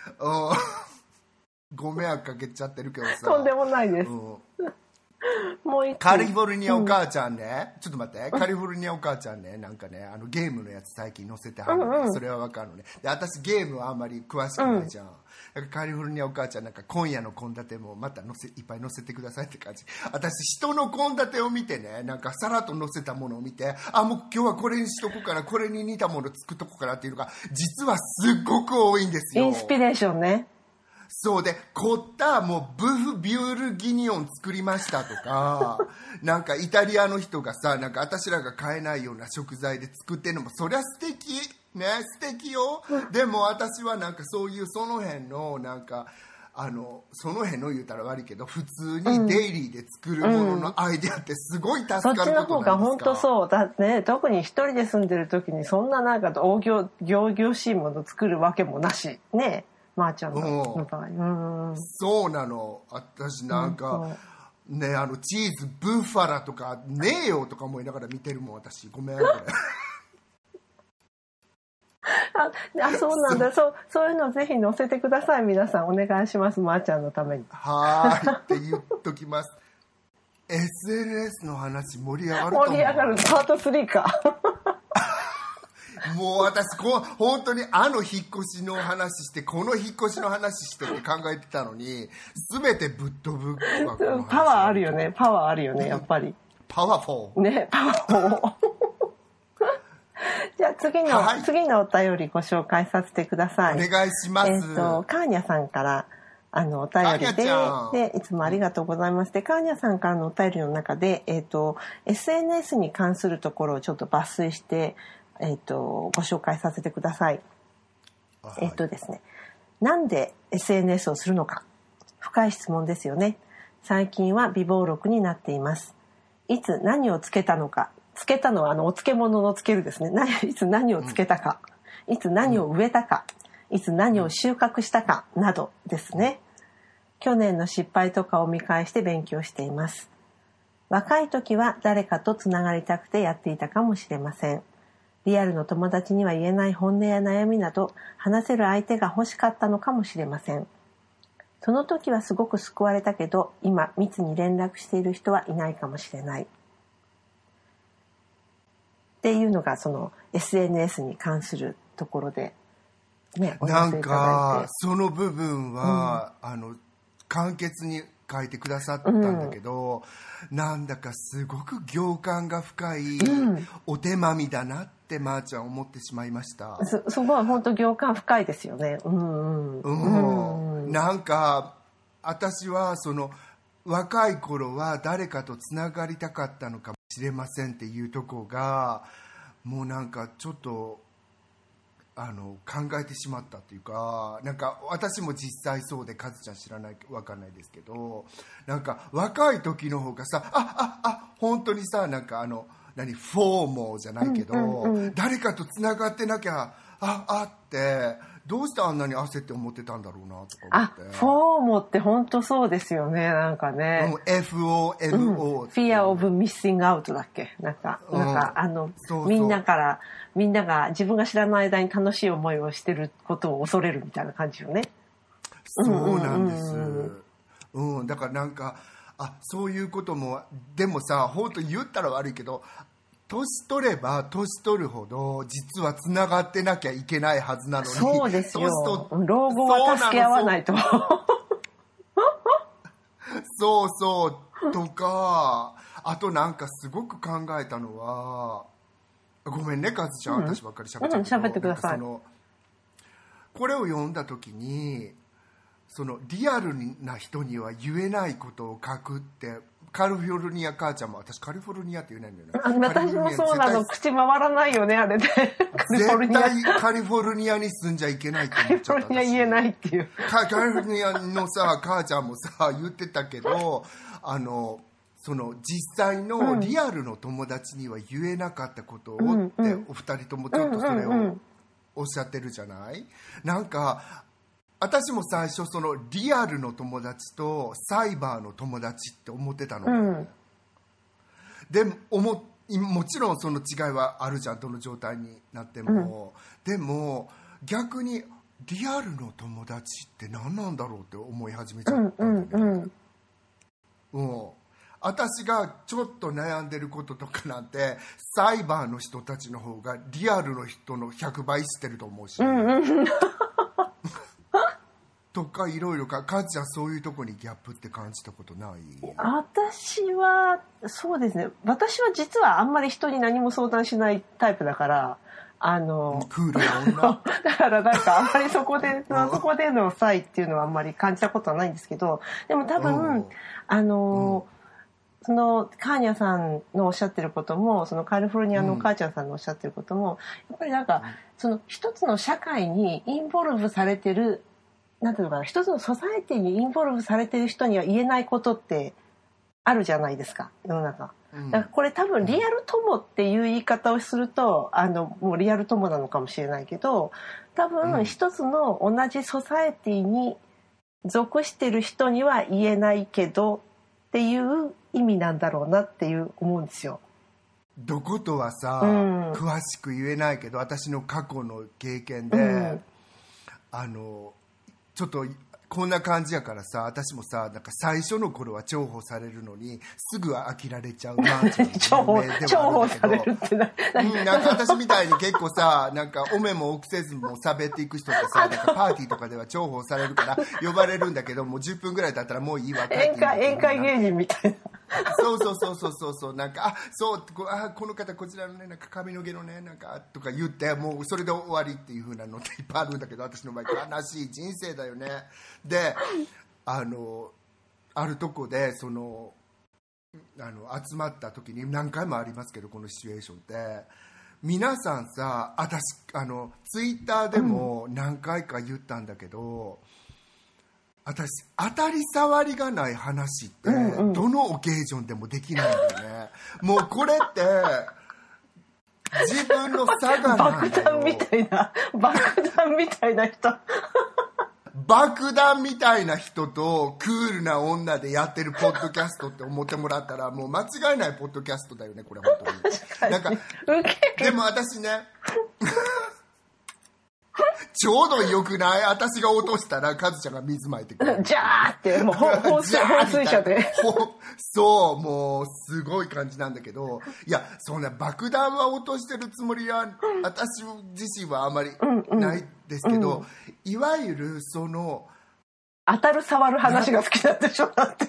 A: ご迷惑かけちゃってるけどさ。
B: とんでもないです。もう一
A: カリフォルニアお母ちゃんね、ちょっと待って、カリフォルニアお母ちゃんね、なんかね、ゲームのやつ最近載せてはるのね、それはわかるのね。で、私ゲームはあんまり詳しくないじゃん。だからカリフォルニアお母ちゃんなんか今夜の献立もまたいっぱい載せてくださいって感じ。私人の献立を見てね、なんかさらっと載せたものを見て、あ、もう今日はこれにしとこうかな、これに似たもの作っとこうかなっていうのが実はすっごく多いんですよ。
B: インスピレーションね。
A: そうで、凝ったもうブフビュールギニオン作りましたとか、なんかイタリアの人がさ、なんか私らが買えないような食材で作ってるのもそりゃ素敵ね、素敵よ。でも私はなんかそういうその辺のなんかその辺の言うたら悪いけど普通にデイリーで作るもののアイデアってすごい助かることなんですか。
B: そっちの方が本当そうだね。特に一人で住んでる時にそんななんか仰々しいもの作るわけもなしね。まーちゃんの場合、
A: そうなの。私なんか、ね、チーズブッファラとかねえよとか思いながら見てるもん。私ごめんこれ
B: そうなんだ。そういうのぜひ載せてください。皆さんお願いします。まーちゃんのために。
A: はいって言っときます。SNS の話盛り上がると思う。
B: 盛り上がる。パート3か
A: もう私本当に引っ越しの話してこの引っ越しの話してって考えてたのに全てぶっ飛ぶわ。
B: パワーあるよね。パワーあるよね、やっぱり。
A: パワフォー
B: ね、パワフォーじゃあ次のお便りご紹介させてください。
A: お願いします。
B: カーニャさんからお便りでいつもありがとうございます。で、カーニャさんからのお便りの中で、SNS に関するところをちょっと抜粋してご紹介させてください。ですね。なんで SNS をするのか。深い質問ですよね。最近は備忘録になっています。いつ何をつけたのか。つけたのはお漬物のつけるですね。いつ何をつけたか。いつ何を植えたか。いつ何を収穫したかなどですね。去年の失敗とかを見返して勉強しています。若い時は誰かとつながりたくてやっていたかもしれません。リアルの友達には言えない本音や悩みなど話せる相手が欲しかったのかもしれません。その時はすごく救われたけど今密に連絡している人はいないかもしれないっていうのがその SNS に関するところでね、
A: なんかその部分は、簡潔に書いてくださったんだけど、なんだかすごく行間が深いお手まみだなってまーちゃん思ってしまいました。
B: すごい本当行間深いですよね。
A: なんか私はその若い頃は誰かとつながりたかったのかもしれませんっていうとこがもうなんかちょっと考えてしまったっていうか、なんか私も実際そうでカズちゃん知らないわかんないですけど、なんか若い時の方がさ本当にさ、なんかフォーモーじゃないけど、誰かとつながってなきゃってどうしてあんなに焦って思ってたんだろうなとか思って。
B: フォーモって本当そうですよね。なんかね、
A: FOMO、
B: Fear of Missing Out だっけ。なんかそうみんなが自分が知らない間に楽しい思いをしてることを恐れるみたいな感じよね。
A: そうなんです。だからなんかそういうこともでもさ、本当言ったら悪いけど。年取れば年取るほど実はつながってなきゃいけないはずなのに。
B: そうですよ。老後は助け合わないと。
A: そうとか、あとなんかすごく考えたのは、ごめんねカズちゃん、私ばっかり喋っちゃうけど、
B: 喋ってください。
A: これを読んだ時にそのリアルな人には言えないことを書くって、カリフォルニア母ちゃんも、私カリフォルニアって言えないんだよね。
B: 私もそうなの、口回らないよねあれで。
A: 絶対カリフォルニアに住んじゃいけないって思っちゃった。
B: カリフォルニア言えないっていう。
A: カリフォルニアのさ母ちゃんもさ言ってたけど、その実際のリアルの友達には言えなかったことをって、お二人ともちょっとそれをおっしゃってるじゃない。なんか私も最初そのリアルの友達とサイバーの友達って思ってたの、でもちろんその違いはあるじゃん、どの状態になっても、でも逆にリアルの友達って何なんだろうって思い始めちゃったんだよね。私がちょっと悩んでることとかなんてサイバーの人たちの方がリアルの人の100倍知ってると思うし、とかいろいろか。カズちゃん、そういうとこにギャップって感じたことない？
B: 私はそうですね、私は実はあんまり人に何も相談しないタイプだから、
A: クールな女
B: だからなんかあんまりそこでの差異っていうのはあんまり感じたことはないんですけど、でも多分そのカーニャさんのおっしゃってることも、そのカリフォルニアの母ちゃんさんのおっしゃってることも、やっぱりなんかその一つの社会にインボルブされてる、なんていうのかな、一つのソサエティにインボルブされてる人には言えないことってあるじゃないですか、世の中。だからこれ多分リアル友っていう言い方をするともうリアル友なのかもしれないけど、多分一つの同じソサエティに属してる人には言えないけどっていう意味なんだろうなっていう思うんですよ。
A: どことはさ、詳しく言えないけど、私の過去の経験で、ちょっとこんな感じやからさ、私もさ、なんか最初の頃は重宝されるのにすぐ飽きられちゃうなっていう
B: 重宝されるって
A: なんか私みたいに結構さ、なんかお目も臆せずも喋っていく人ってさ、なんかパーティーとかでは重宝されるから呼ばれるんだけど、もう10分ぐらい経ったらもういいわ、
B: 宴会芸人みたいな。
A: そうなんかこの方こちらのね、なんか髪の毛のね、なんかとか言ってもうそれで終わりっていう風なのっていっぱいあるんだけど、私の場合悲しい人生だよね。であるとこでその集まった時に何回もありますけど、このシチュエーションって皆さんさ、私ツイッターでも何回か言ったんだけど、私当たり障りがない話ってどのオケージョンでもできないんだよね。もうこれって自分の差がなんだよ。爆弾みたいな人爆弾みたいな人とクールな女でやってるポッドキャストって思ってもらったらもう間違いないポッドキャストだよね、これ本当に。なんかでも私ねちょうどよくない？私が落としたらカズちゃんが水まいてくる。
B: ジャーってもう放水車で
A: そう、もうすごい感じなんだけど、いやそんな爆弾は落としてるつもりは私自身はあまりないですけど、いわゆるその
B: 当たる触る話が好きなんでしょだって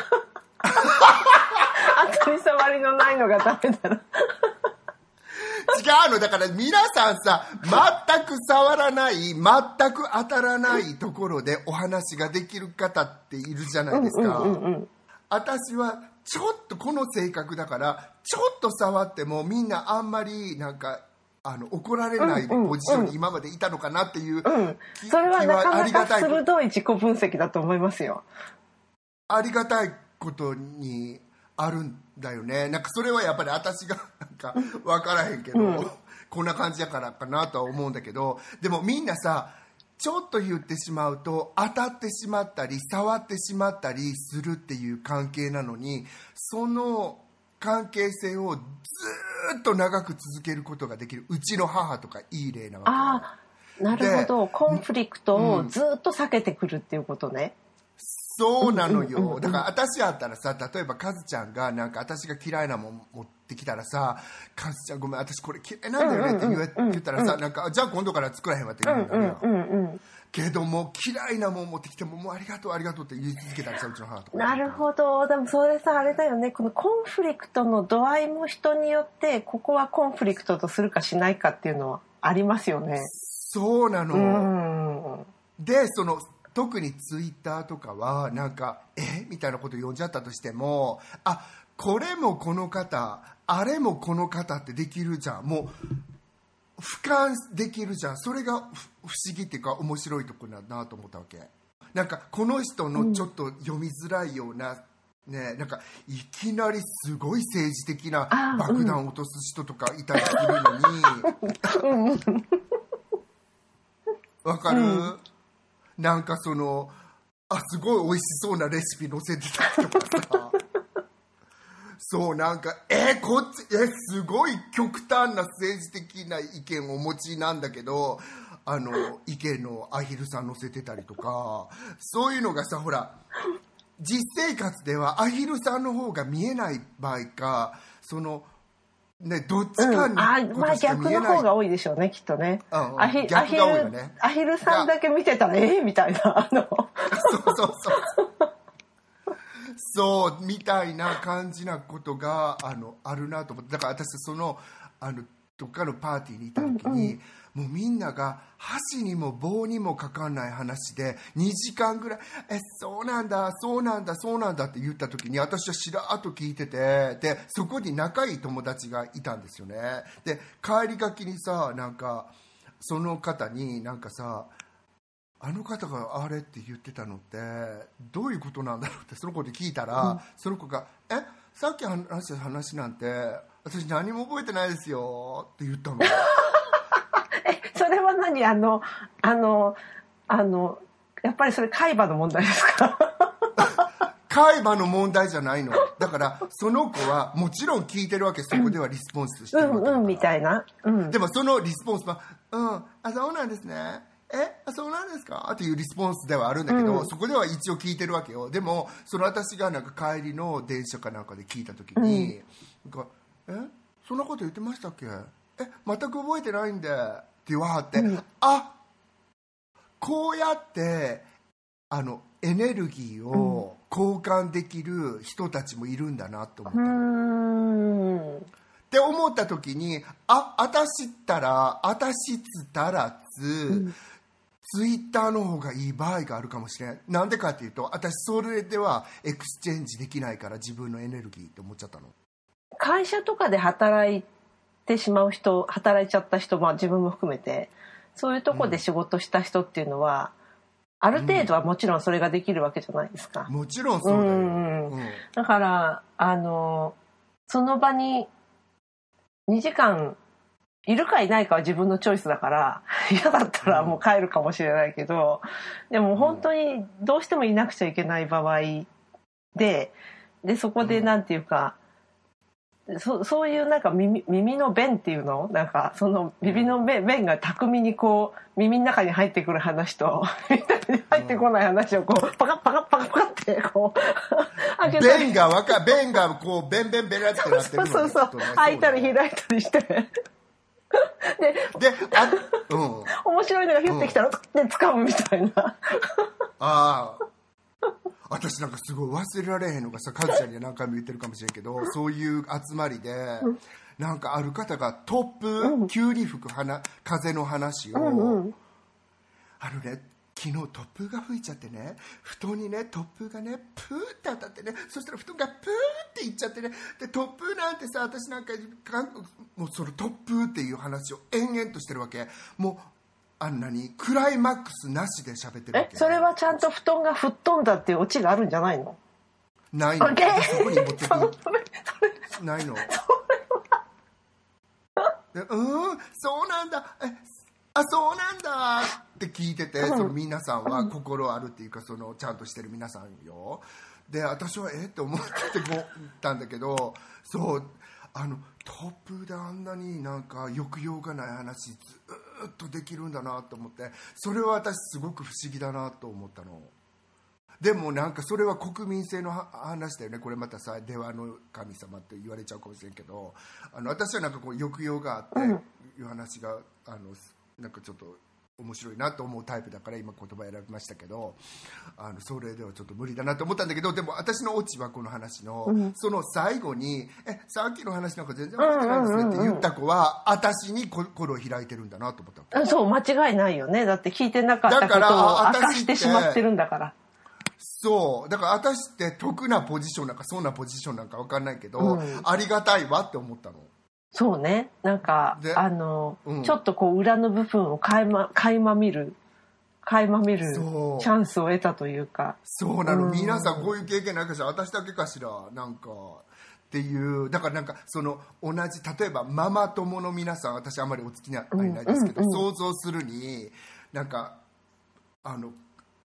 B: 当たり障りのないのがダメだろ
A: 違うの、だから皆さんさ、全く触らない、全く当たらないところでお話ができる方っているじゃないですか。私はちょっとこの性格だからちょっと触ってもみんなあんまりなんか怒られないポジションに今までいたのかなっていう、
B: それはなかなか鋭い自己分析だと思いますよ。
A: ありがたいことにあるんだよね。なんかそれはやっぱり私がなんか分からへんけど、こんな感じやからかなとは思うんだけど、でもみんなさ、ちょっと言ってしまうと当たってしまったり触ってしまったりするっていう関係なのに、その関係性をずっと長く続けることができる。うちの母とかいい例なわけ。
B: ああ、なるほど。コンフリクトをずっと避けてくるっていうことね。
A: そうなのよ。だから私やったらさ、例えばカズちゃんがなんか私が嫌いなもん持ってきたらさ、カズちゃんごめん私これ嫌いなんだよねって言ったらさ、なんかじゃあ今度から作らへんわって言うんだよ。けども嫌いなもん持ってきてももうありがとうありがとうって言い続けたらさ、うちの母とか。
B: なるほど。でもそれさ、あれだよね、このコンフリクトの度合いも人によってここはコンフリクトとするかしないかっていうのはありますよね。
A: そうなの。でその特にツイッターとかはなんかみたいなこと読んじゃったとしても、あ、これもこの方あれもこの方ってできるじゃん、もう俯瞰できるじゃん。それが不思議っていうか面白いところだなと思ったわけ。なんかこの人のちょっと読みづらいような、ね、なんかいきなりすごい政治的な爆弾を落とす人とかいたりするのにわかる？ なんかすごい美味しそうなレシピ載せてたりとかさそうなんかこっちすごい極端な政治的な意見をお持ちなんだけど意見のアヒルさん載せてたりとか、そういうのがさ、ほら実生活ではアヒルさんの方が見えない場合か、ね、どっちかに
B: まあ逆の方が多いでしょうね、きっとね。アヒルさんだけ見てたらみたいなそうみたいな感じなことがあるなと思って。だから私どっかのパーティーに行った時に、もうみんなが箸にも棒にもかかんない話で2時間ぐらいそうなんだそうなんだそうなんだって言った時に、私はしらーっと聞いてて、でそこに仲いい友達がいたんですよね。で帰りがきにさ、なんかその方になんかさ、あの方があれって言ってたのってどういうことなんだろうってその子に聞いたら、その子がさっき話した話なんて私何も覚えてないですよって言ったのそれは何やっぱりそれ海馬の問題ですか
A: 海馬の問題じゃないの。だからその子はもちろん聞いてるわけ、そこではリスポンスしてるわけだから、
B: みたいな、
A: でもそのリスポンスはそうなんですね、そうなんですかっていうリスポンスではあるんだけど、そこでは一応聞いてるわけよ。でも私がなんか帰りの電車かなんかで聞いた時に、なんかそんなこと言ってましたっけ、全く覚えてないんでって言わはって、こうやってエネルギーを交換できる人たちもいるんだなと思ったって思った時に、私ったらツイッターの方がいい場合があるかもしれない。なんでかっていうと、私それではエクスチェンジできないから、自分のエネルギーって思っちゃったの。
B: 会社とかで働いてしまう人、働いちゃった人、自分も含めてそういうとこで仕事した人っていうのは、ある程度はもちろんそれができるわけじゃないですか。
A: もちろんそうだよ、
B: だからその場に2時間いるかいないかは自分のチョイスだから、嫌だったらもう帰るかもしれないけど、でも本当にどうしてもいなくちゃいけない場合でそこでなんていうか、そういうなんか耳の弁っていうの、なんかその耳の弁が巧みにこう耳の中に入ってくる話と耳の中に入ってこない話をこうパカッパカッパカッパカッってこう開けたり、
A: 弁がこうベンベンベラってなってるのね。
B: そう開いたり開いたりして面白いのがヒュッてきたらで掴むみたいな
A: 私なんかすごい忘れられへんのがさ、カズちゃんには何回も言ってるかもしれんけど、そういう集まりでなんかある方が突風、急に吹く風の話を、昨日突風が吹いちゃってね、布団にね突風がねプーって当たってね、そしたら布団がプーっていっちゃってね、で突風なんてさ、私なんかもうその突風っていう話を延々としてるわけ。もうクライマックスなしで喋ってるわけ。
B: それはちゃんと布団が吹っ飛んだっていうオチがあるんじゃないの？
A: ないの。そこに持ってくるないの。そうなんだ、そうなんだって聞いてて、その皆さんは心あるっていうか、そのちゃんとしてる皆さんよ。で私はって思っててたんだけど、そう突風であんなになんか抑揚がない話ずっとできるんだなと思って、それは私すごく不思議だなと思ったの。でもなんかそれは国民性の話だよね。これまたさ、出羽の神様って言われちゃうかもしれんけど、私はなんかこう抑揚があっていう話がなんかちょっと面白いなと思うタイプだから今言葉選びましたけど、それではちょっと無理だなと思ったんだけど、でも私のオチはこの話の、その最後にさっきの話なんか全然覚えてないんですねって言った子は私に心を開いてるんだなと思った。
B: そう、間違いないよね。だって聞いてなかったことを明かしてしまってるんだから。
A: そうだから私って得なポジションなんかそんなポジションなんか分かんないけど、ありがたいわって思ったの。そう
B: ね、なんかちょっとこう裏の部分を垣間見るチャンスを得たというか。
A: そうなの、皆さんこういう経験ないかしら、私だけかしら、なんかっていう。だからなんかその同じ、例えばママ友の皆さん、私あんまりお付き合いないですけど、想像するになんか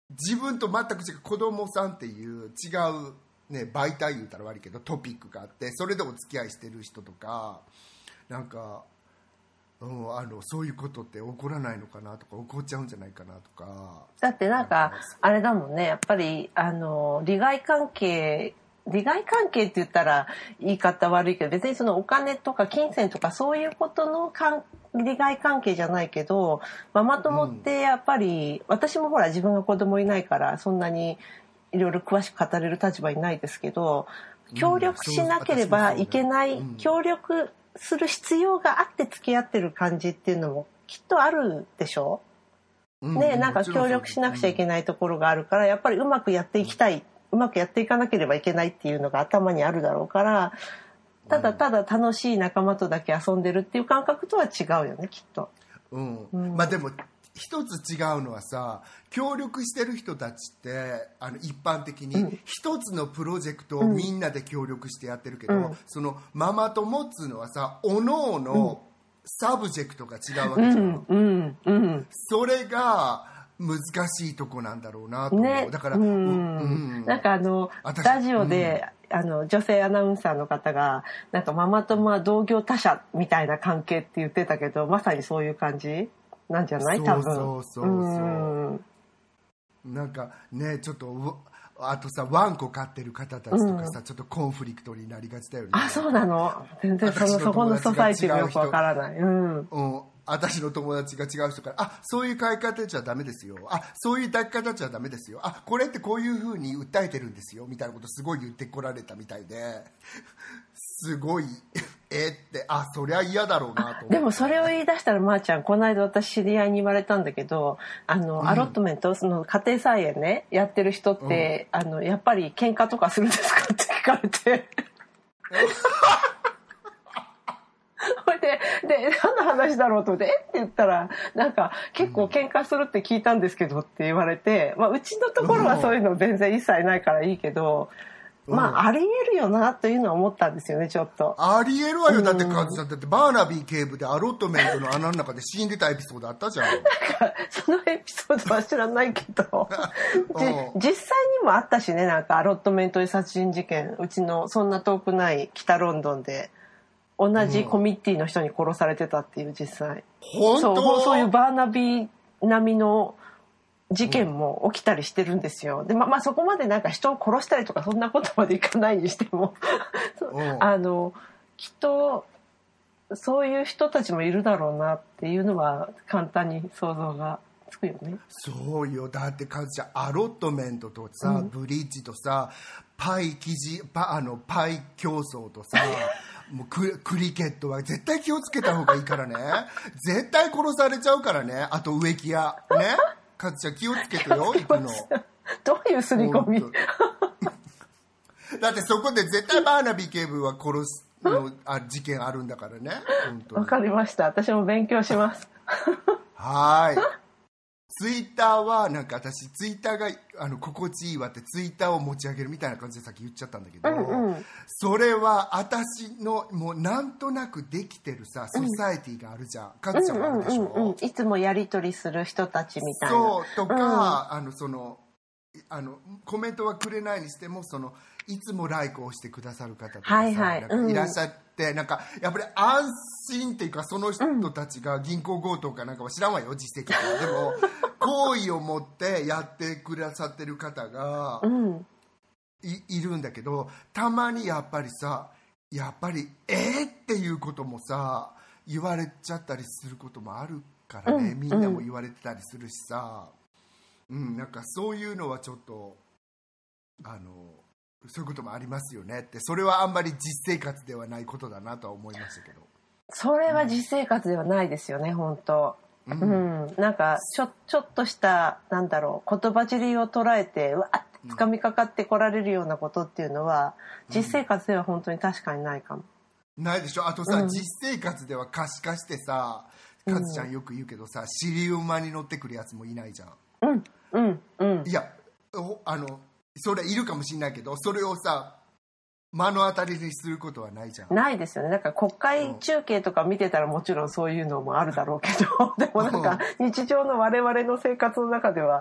A: 自分と全く違う子供さんっていう違う、ね、媒体言うたら悪いけどトピックがあって、それでお付き合いしてる人とかなんか、そういうことって起こらないのかなとか、起こっちゃうんじゃないかなとか。
B: だってなんかあれだもんね、やっぱり利害関係って言ったら言い方悪いけど、別にそのお金とか金銭とかそういうことの利害関係じゃないけど、ママ友ってやっぱり、私もほら自分が子供いないからそんなにいろいろ詳しく語れる立場にないですけど、協力しなければいけない、協力する必要があって付き合ってる感じっていうのもきっとあるでしょ、ね、なんか協力しなくちゃいけないところがあるから、やっぱりうまくやっていきたい、うまくやっていかなければいけないっていうのが頭にあるだろうから、ただただ楽しい仲間とだけ遊んでるっていう感覚とは違うよね、きっと。
A: まあでも一つ違うのはさ、協力してる人たちって一般的に一つのプロジェクトをみんなで協力してやってるけど、そのママ友っつうのはさ、おのおのサブジェクトが違うわけじゃん。それが難しいとこなんだろうなと思う、ね、だから、
B: なんかラジオで、女性アナウンサーの方がなんかママ友は同業他社みたいな関係って言ってたけど、まさにそういう感じなんじゃない？多分。
A: そうなんかね、ちょっとあとさ、ワンコ飼ってる方たちとかさ、ちょっとコンフリクトになりがちだよね。
B: あ、そうなの？全然そこのソサイティがよくわからない。
A: 私の友達が違う人から「そういう飼い方じゃダメですよ」そういう抱き方じゃダメですよ」これってこういう風に訴えてるんですよみたいなことすごい言ってこられたみたいで、すごいってそりゃ嫌だろうなと思って。
B: でもそれを言い出したら、まーちゃん、この間私知り合いに言われたんだけど、アロットメント、その家庭菜園ねやってる人って、やっぱり喧嘩とかするんですかって聞かれてで何の話だろうと思ってって言ったら、なんか結構喧嘩するって聞いたんですけどって言われて、うちのところはそういうの全然一切ないからいいけど、ありえるよなというのは思ったんですよね、ちょっと。
A: ありえるわよ。だってカズさん、だってバーナビー警部でアロットメントの穴の中で死んでたエピソードあったじゃん。
B: なんかそのエピソードは知らないけど実際にもあったしね、なんかアロットメント殺人事件、うちのそんな遠くない北ロンドンで同じコミッティの人に殺されてたっていう、実際。
A: 本当？
B: そういうバーナビー並みの事件も起きたりしてるんですよ。で、そこまでなんか人を殺したりとかそんなことまでいかないにしてもきっとそういう人たちもいるだろうなっていうのは簡単に想像がつくよね。
A: そうよ。だってカズちゃん、アロットメントとさ、ブリッジとさ、パイ競争とさもうクリケットは絶対気をつけた方がいいからね。絶対殺されちゃうからね。あと植木屋ね。カズちゃん気をつけてよ、行くの。
B: どういう刷り込み
A: だってそこで絶対バーナビー警部は殺すの事件あるんだからね。
B: わかりました。私も勉強します。
A: はい。ツイッターはなんか私ツイッターが心地いいわってツイッターを持ち上げるみたいな感じでさっき言っちゃったんだけど、それは私のもうなんとなくできてるさソサエティがあるじゃん。カズちゃんもあるでしょ。
B: いつもやり取りする人たちみたいな。
A: そうとか、コメントはくれないにしてもいつもライクをしてくださる方とかさ、いらっしゃって、なんかやっぱり安心っていうか、その人たちが銀行強盗かなんかは知らんわよ、実績は。でも好意を持ってやってくださってる方がいるんだけど、たまにやっぱりさ、っていうこともさ言われちゃったりすることもあるからね、みんなも言われてたりするしさ、なんかそういうのはちょっとそういうこともありますよねって。それはあんまり実生活ではないことだなとは思いましたけど。
B: それは実生活ではないですよね、本当。なんかちょっとした言葉尻を捉えてうわっつかみかかってこられるようなことっていうのは、実生活では本当に確かにないかも。
A: ないでしょ。あとさ、実生活では可視化してさ、カズちゃんよく言うけどさ、尻馬に乗ってくるやつもいないじゃん。いやそれいるかもしれないけど、それをさ目の当たりにすることはないじゃん。
B: ないですよね。なんか国会中継とか見てたらもちろんそういうのもあるだろうけど、でもなんか日常の我々の生活の中では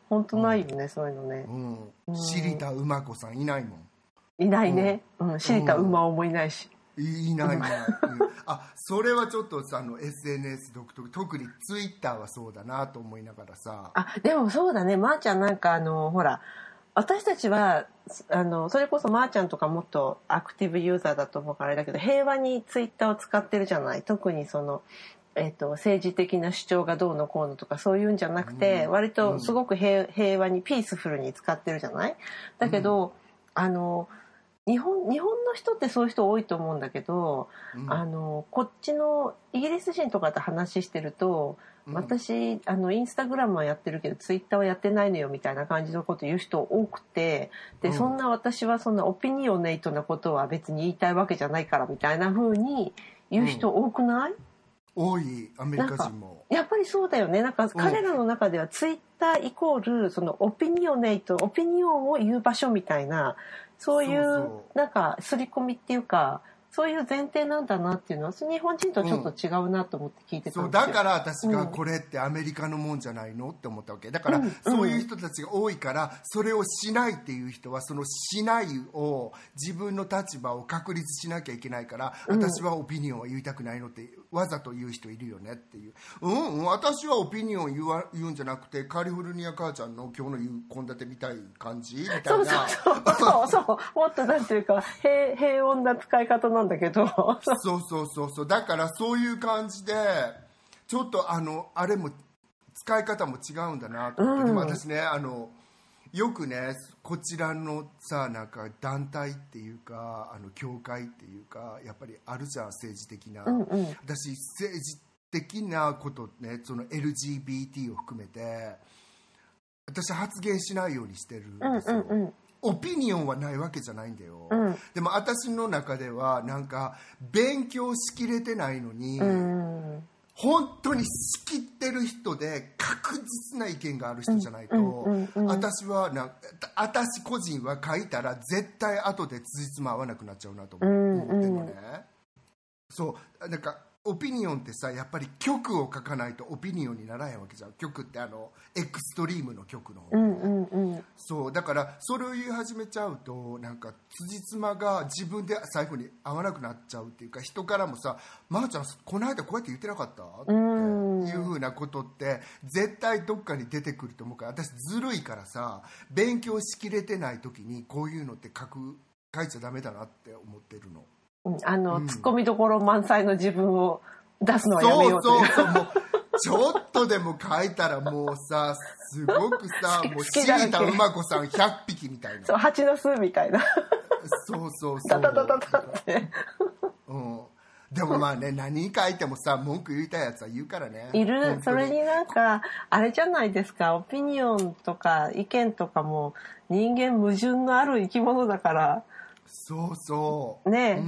B: 本当ないよね、そういうのね。
A: 知田馬子さんいないもん。
B: いないね。知田馬尾もいないし。
A: いない。それはちょっとさ、SNS 独特、特にツイッターはそうだなと思いながらさ。
B: でもそうだね、まーちゃんなんかほら、私たちはそれこそまーちゃんとかもっとアクティブユーザーだと思うからあれだけど、平和にツイッターを使ってるじゃない。特に政治的な主張がどうのこうのとかそういうんじゃなくて、割とすごく平和にピースフルに使ってるじゃない。だけど、日本の人ってそういう人多いと思うんだけど、こっちのイギリス人とかと話してると、私インスタグラムはやってるけどツイッターはやってないのよみたいな感じのこと言う人多くて、で、そんな私はそんなオピニオネイトなことは別に言いたいわけじゃないからみたいな風に言う人多くない？
A: 多い、アメリカ人も。
B: やっぱりそうだよね。なんか彼らの中ではツイッターイコールそのオピニオネイト、オピニオンを言う場所みたいな、そういうなんか刷り込みっていうか、そういう前提なんだなっていうのは日本人とちょっと違うなと思って聞いてたんですよ。
A: そうだから私がこれってアメリカのもんじゃないのって思ったわけだから、そういう人たちが多いから、それをしないっていう人はそのしないを自分の立場を確立しなきゃいけないから、私はオピニオンは言いたくないのってわざと言う人いるよねっていう。私はオピニオン言うんじゃなくて、カリフォルニア母ちゃんの今日の献立みたい感じみたいな。
B: そうもっとなんていうか平穏な使い方なんだけど
A: そうだからそういう感じでちょっとあれも使い方も違うんだなと思って、でも私ねよくねこちらのさなんか団体っていうか教会っていうかやっぱりあるじゃん政治的な、私政治的なことねその LGBT を含めて私発言しないようにしてるんですよ。オピニオンはないわけじゃないんだよ、でも私の中ではなんか勉強しきれてないのに、本当に仕切ってる人で確実な意見がある人じゃないと、私私個人は書いたら絶対後でつじつま合わなくなっちゃうなと思ってるのね、そうなんかオピニオンってさやっぱり極を書かないとオピニオンにならへんわけじゃん。極ってエクストリームの極の方、そうだからそれを言い始めちゃうとなんか辻褄が自分で最後に合わなくなっちゃうっていうか、人からもさ「まーちゃんこの間こうやって言ってなかった?」っていうふうなことって絶対どっかに出てくると思うから、私ずるいからさ勉強しきれてない時にこういうのって書いちゃダメだなって思ってるの。
B: ツッコミどころ満載の自分を出すのはやめようという。
A: そうもうちょっとでも書いたらもうさすごくさもう知田馬子さん100匹みたいな、
B: そう蜂の巣みたいな
A: そう
B: ダダダダダって、
A: でもまあね何書いてもさ文句言いたいやつは言うからね。
B: いる。それになんかあれじゃないですか、オピニオンとか意見とかも人間矛盾のある生き物だから。
A: そう
B: ね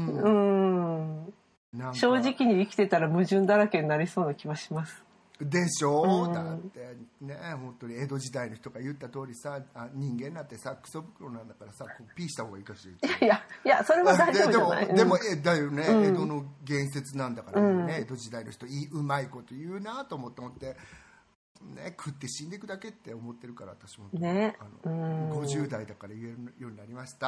B: 正直に生きてたら矛盾だらけになりそうな気はします
A: でしょ、だってね本当に江戸時代の人が言った通りさ人間なんてさクソ袋なんだからさピーした方がいいかしら。
B: いやそれは大丈夫じゃない。
A: でもだよね、江戸の言説なんだからね、江戸時代の人うまいこと言うなと思ってね、食って死んでいくだけって思ってるから私もね、50代だから言えるようになりました。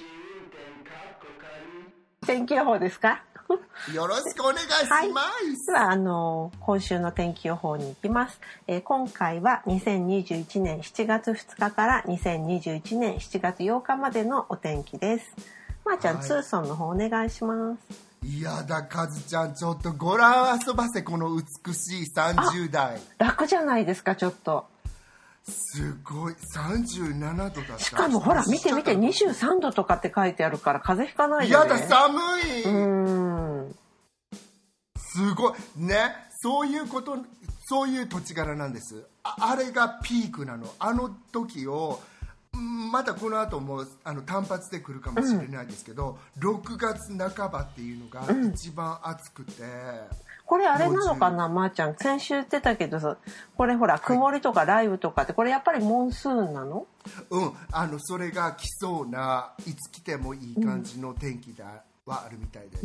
B: 天気予報ですか
A: よろしくお願いします、
B: では今週の天気予報に行きます、今回は2021年7月2日から2021年7月8日までのお天気です。まーちゃん、ツーソンの方お願いします。
A: いやだカズちゃんちょっとご覧遊ばせこの美しい30代。
B: 楽じゃないですか。ちょっと
A: すごい37度だった。
B: しかもほら見て23度とかって書いてあるから風邪ひかないでね。
A: やだ寒い。すごいね、そういう土地柄なんです。あれがピークなの。あの時をまたこの後も単発で来るかもしれないですけど、6月半ばっていうのが一番暑くて、
B: これあれなのかな、まーちゃん先週言ってたけどこれほら曇りとか雷雨とかってこれやっぱりモンスーンなの？
A: それが来そうないつ来てもいい感じの天気はあるみたいです、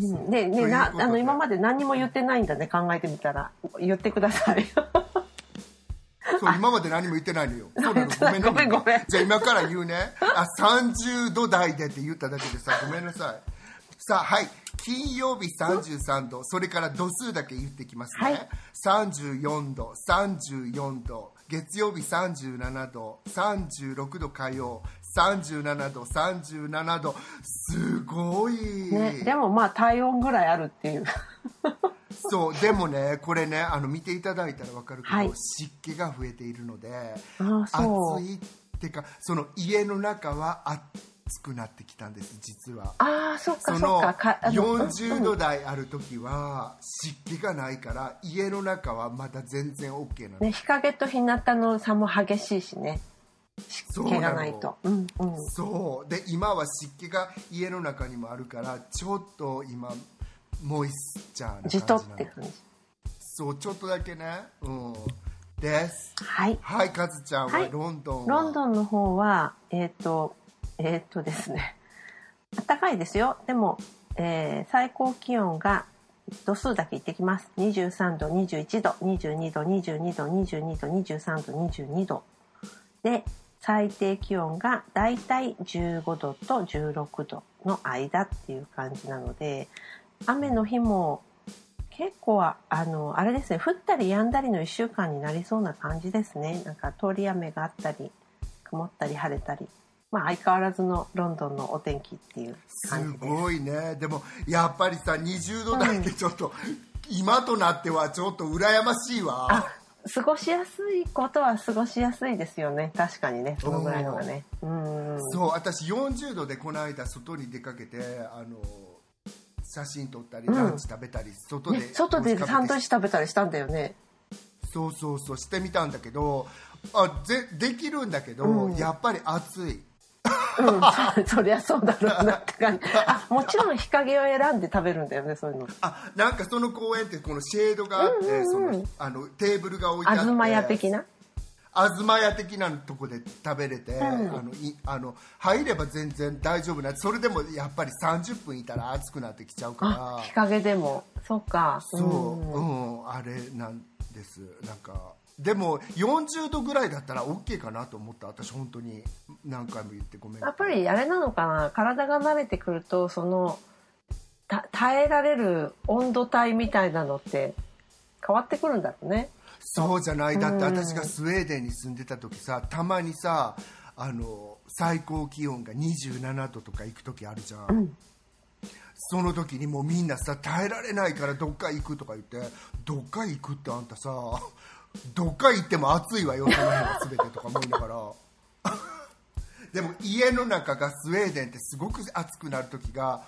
B: 今まで何も言ってないんだね。考えてみたら言ってください
A: そう今まで何も言ってないのよ。そうなの。ごめんね。
B: ごめん。
A: じゃあ今から言うね。30度台でって言っただけでさ、ごめんなさい。さあ、はい。金曜日33度、それから度数だけ言ってきますね。はい、34度、34度、月曜日37度、36度火曜、37度、37度、すごい。
B: ね、でもまあ体温ぐらいあるっていう。
A: そう、でもね、これね、見ていただいたら分かるけど、はい、湿気が増えているので、暑いってか、その家の中は暑くなってきたんです、実は。
B: そっかそっか。
A: 40度台ある時は湿気がないから、家の中はまだ全然 OK なの。
B: ね、日陰と日向の差も激しいしね。湿気がないと。
A: そうで、今は湿気が家の中にもあるから、ちょっと今モイスチャーな感じなの。
B: じとって感じ。
A: そう、ちょっとだけね。です。
B: はい。
A: はい、カズちゃんはロンドンは、
B: ロンドンの方はですね、暖かいですよ。でも、最高気温が度数だけ言ってきます。23度、21度、22度、22度、22度、23度、22度で、最低気温がだいたい15度と16度の間っていう感じなので、雨の日も結構あれですね、降ったり止んだりの1週間になりそうな感じですね。なんか通り雨があったり曇ったり晴れたり、まあ相変わらずのロンドンのお天気っていう感じです。
A: すごいね。でもやっぱりさ、20度台ってちょっと、今となってはちょっと羨ましいわ。
B: 過ごしやすいことは過ごしやすいですよね。確かにね、そのぐらいのがね。
A: そう、私40度でこの間外に出かけて、写真撮ったりランチ食べたり、外で
B: サンドイッチ食べたりしたんだよね。
A: そうしてみたんだけど、できるんだけど、やっぱり暑い。
B: そりゃそうだろうなって感じ。もちろん日陰を選んで食べるんだよね、そういうの。
A: なんかその公園ってこのシェードがあって、テーブルが置いてあって、
B: 東屋的な
A: 東屋的なとこで食べれて、入れば全然大丈夫な。それでもやっぱり30分いたら暑くなってきちゃうから。
B: 日陰でもそうか。
A: あれなんです。なんかでも40度ぐらいだったら OK かなと思った。私本当に何回も言ってごめん。
B: やっぱりあれなのかな、体が慣れてくると、その耐えられる温度帯みたいなのって変わってくるんだろうね。
A: そうじゃない。だって私がスウェーデンに住んでた時さ、たまにさ、最高気温が27度とか行く時あるじゃん。その時にもうみんなさ、耐えられないからどっか行くとか言って、どっか行くってあんたさ、どっか行っても暑いわよ、その辺は全てとか思いながら。でも家の中がスウェーデンってすごく暑くなる時が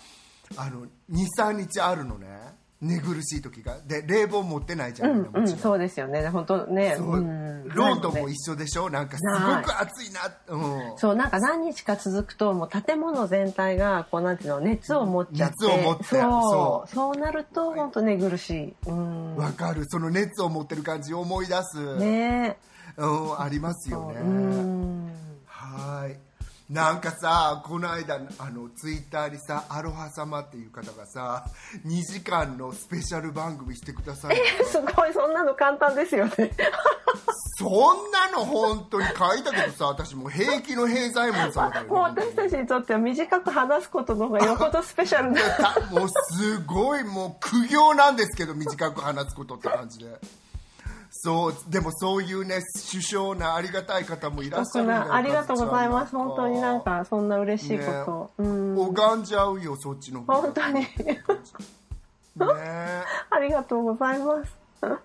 A: 2、3日あるのね。寝苦しい時が。で、冷房持ってないじゃん。
B: そうですよね。本当ね。
A: ロンドンも一緒でしょ。なんかすごく暑いな。
B: そう、なんか何日か続くと、もう建物全体がこうなんていうの、熱を持っちゃって。
A: 熱を持って。
B: そうなると本当寝苦しい。
A: わかる。その熱を持ってる感じを思い出す。
B: ね。
A: ありますよね。はい。なんかさ、この間ツイッターにさ、アロハ様っていう方がさ、2時間のスペシャル番組してください。
B: すごい、そんなの簡単ですよね。
A: そんなの本当に書いたけどさ、私もう平気の平左衛門さんだよね。
B: もう私たちにとっては短く話すことの方がよほどスペシャルな。
A: もうすごい、もう苦行なんですけど、短く話すことって感じで。そう、でもそういうね、首相なありがたい方もいらっしゃるんだよ。
B: ありがとうございます。本当になんかそんな嬉しいこと。
A: 拝んじゃうよ、そっちの方。
B: 本当に。ね、ありがとうございます。はい。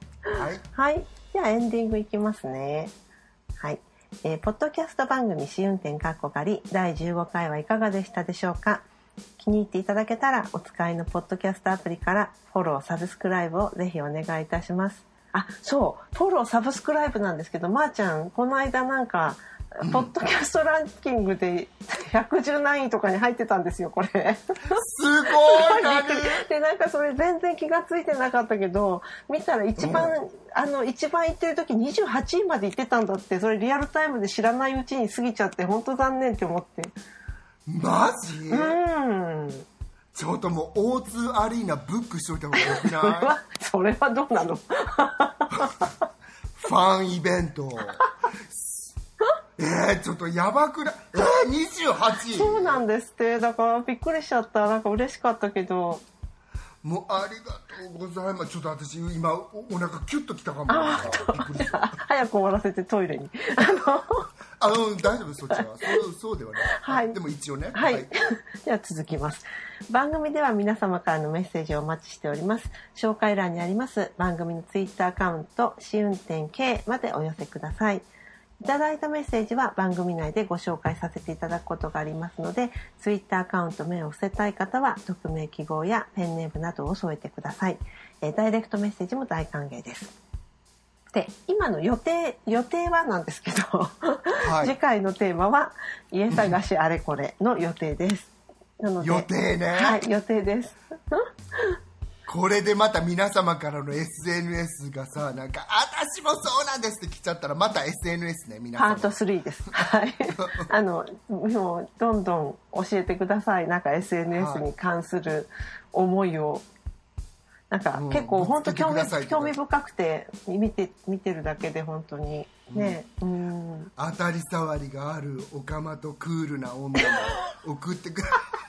B: はい。じゃあエンディングいきますね。はい。ポッドキャスト番組試運転第15回はいかがでしたでしょうか。気に入っていただけたらお使いのポッドキャストアプリからフォロー、サブスクライブをぜひお願いいたします。そう、フォロー、サブスクライブなんですけど、まーちゃん、この間なんか、ポッドキャストランキングで110何位とかに入ってたんですよ、これ。すご
A: い
B: で、なんかそれ全然気がついてなかったけど、見たら一番行ってる時28位まで行ってたんだって、それリアルタイムで知らないうちに過ぎちゃって、本当残念って思って。
A: マジ？ちょっともう O2 アリーナブックしといた方がよくない？
B: それはどうなの？
A: ファンイベントちょっとやばくない？ 28？
B: そうなんですって。だからびっくりしちゃった。なんか嬉しかったけど。
A: もうありがとうございます。ちょっと私今お腹キュッときたかも。びっくりした。
B: 早く終わらせてトイレに。
A: 大丈夫、そっちは。そうではない。はい。でも一応ね。
B: はい。では続きます。番組では皆様からのメッセージをお待ちしております。紹介欄にあります番組のツイッターアカウント、試運転 K までお寄せください。いただいたメッセージは番組内でご紹介させていただくことがありますので、ツイッターアカウント名を伏せたい方は匿名記号やペンネームなどを添えてください。ダイレクトメッセージも大歓迎です。で、今の予定はなんですけど、はい、次回のテーマは家探しあれこれの予定です。なので
A: 予定ね。
B: はい、予定です。
A: これでまた皆様からの SNS がさ、なんか私もそうなんですって来ちゃったらまた SNS ね、皆様。
B: パート3です。はい。もうどんどん教えてください。なんか SNS に関する思いを、なんか結構本当興味深くて見てるだけで本当にね、
A: 当たり障りがあるオカマとクールな女を送ってくる。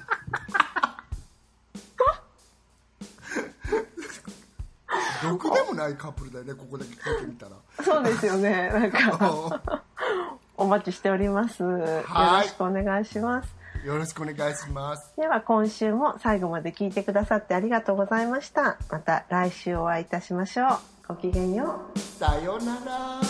A: ろくでもないカップルだよね、ここだけ聞いてみたら。
B: そうですよね。なんかお待ちしております。よろしくお願いします。
A: よろしくお願いします。
B: では今週も最後まで聞いてくださってありがとうございました。また来週お会いいたしましょう。ごきげんよう。
A: さようなら。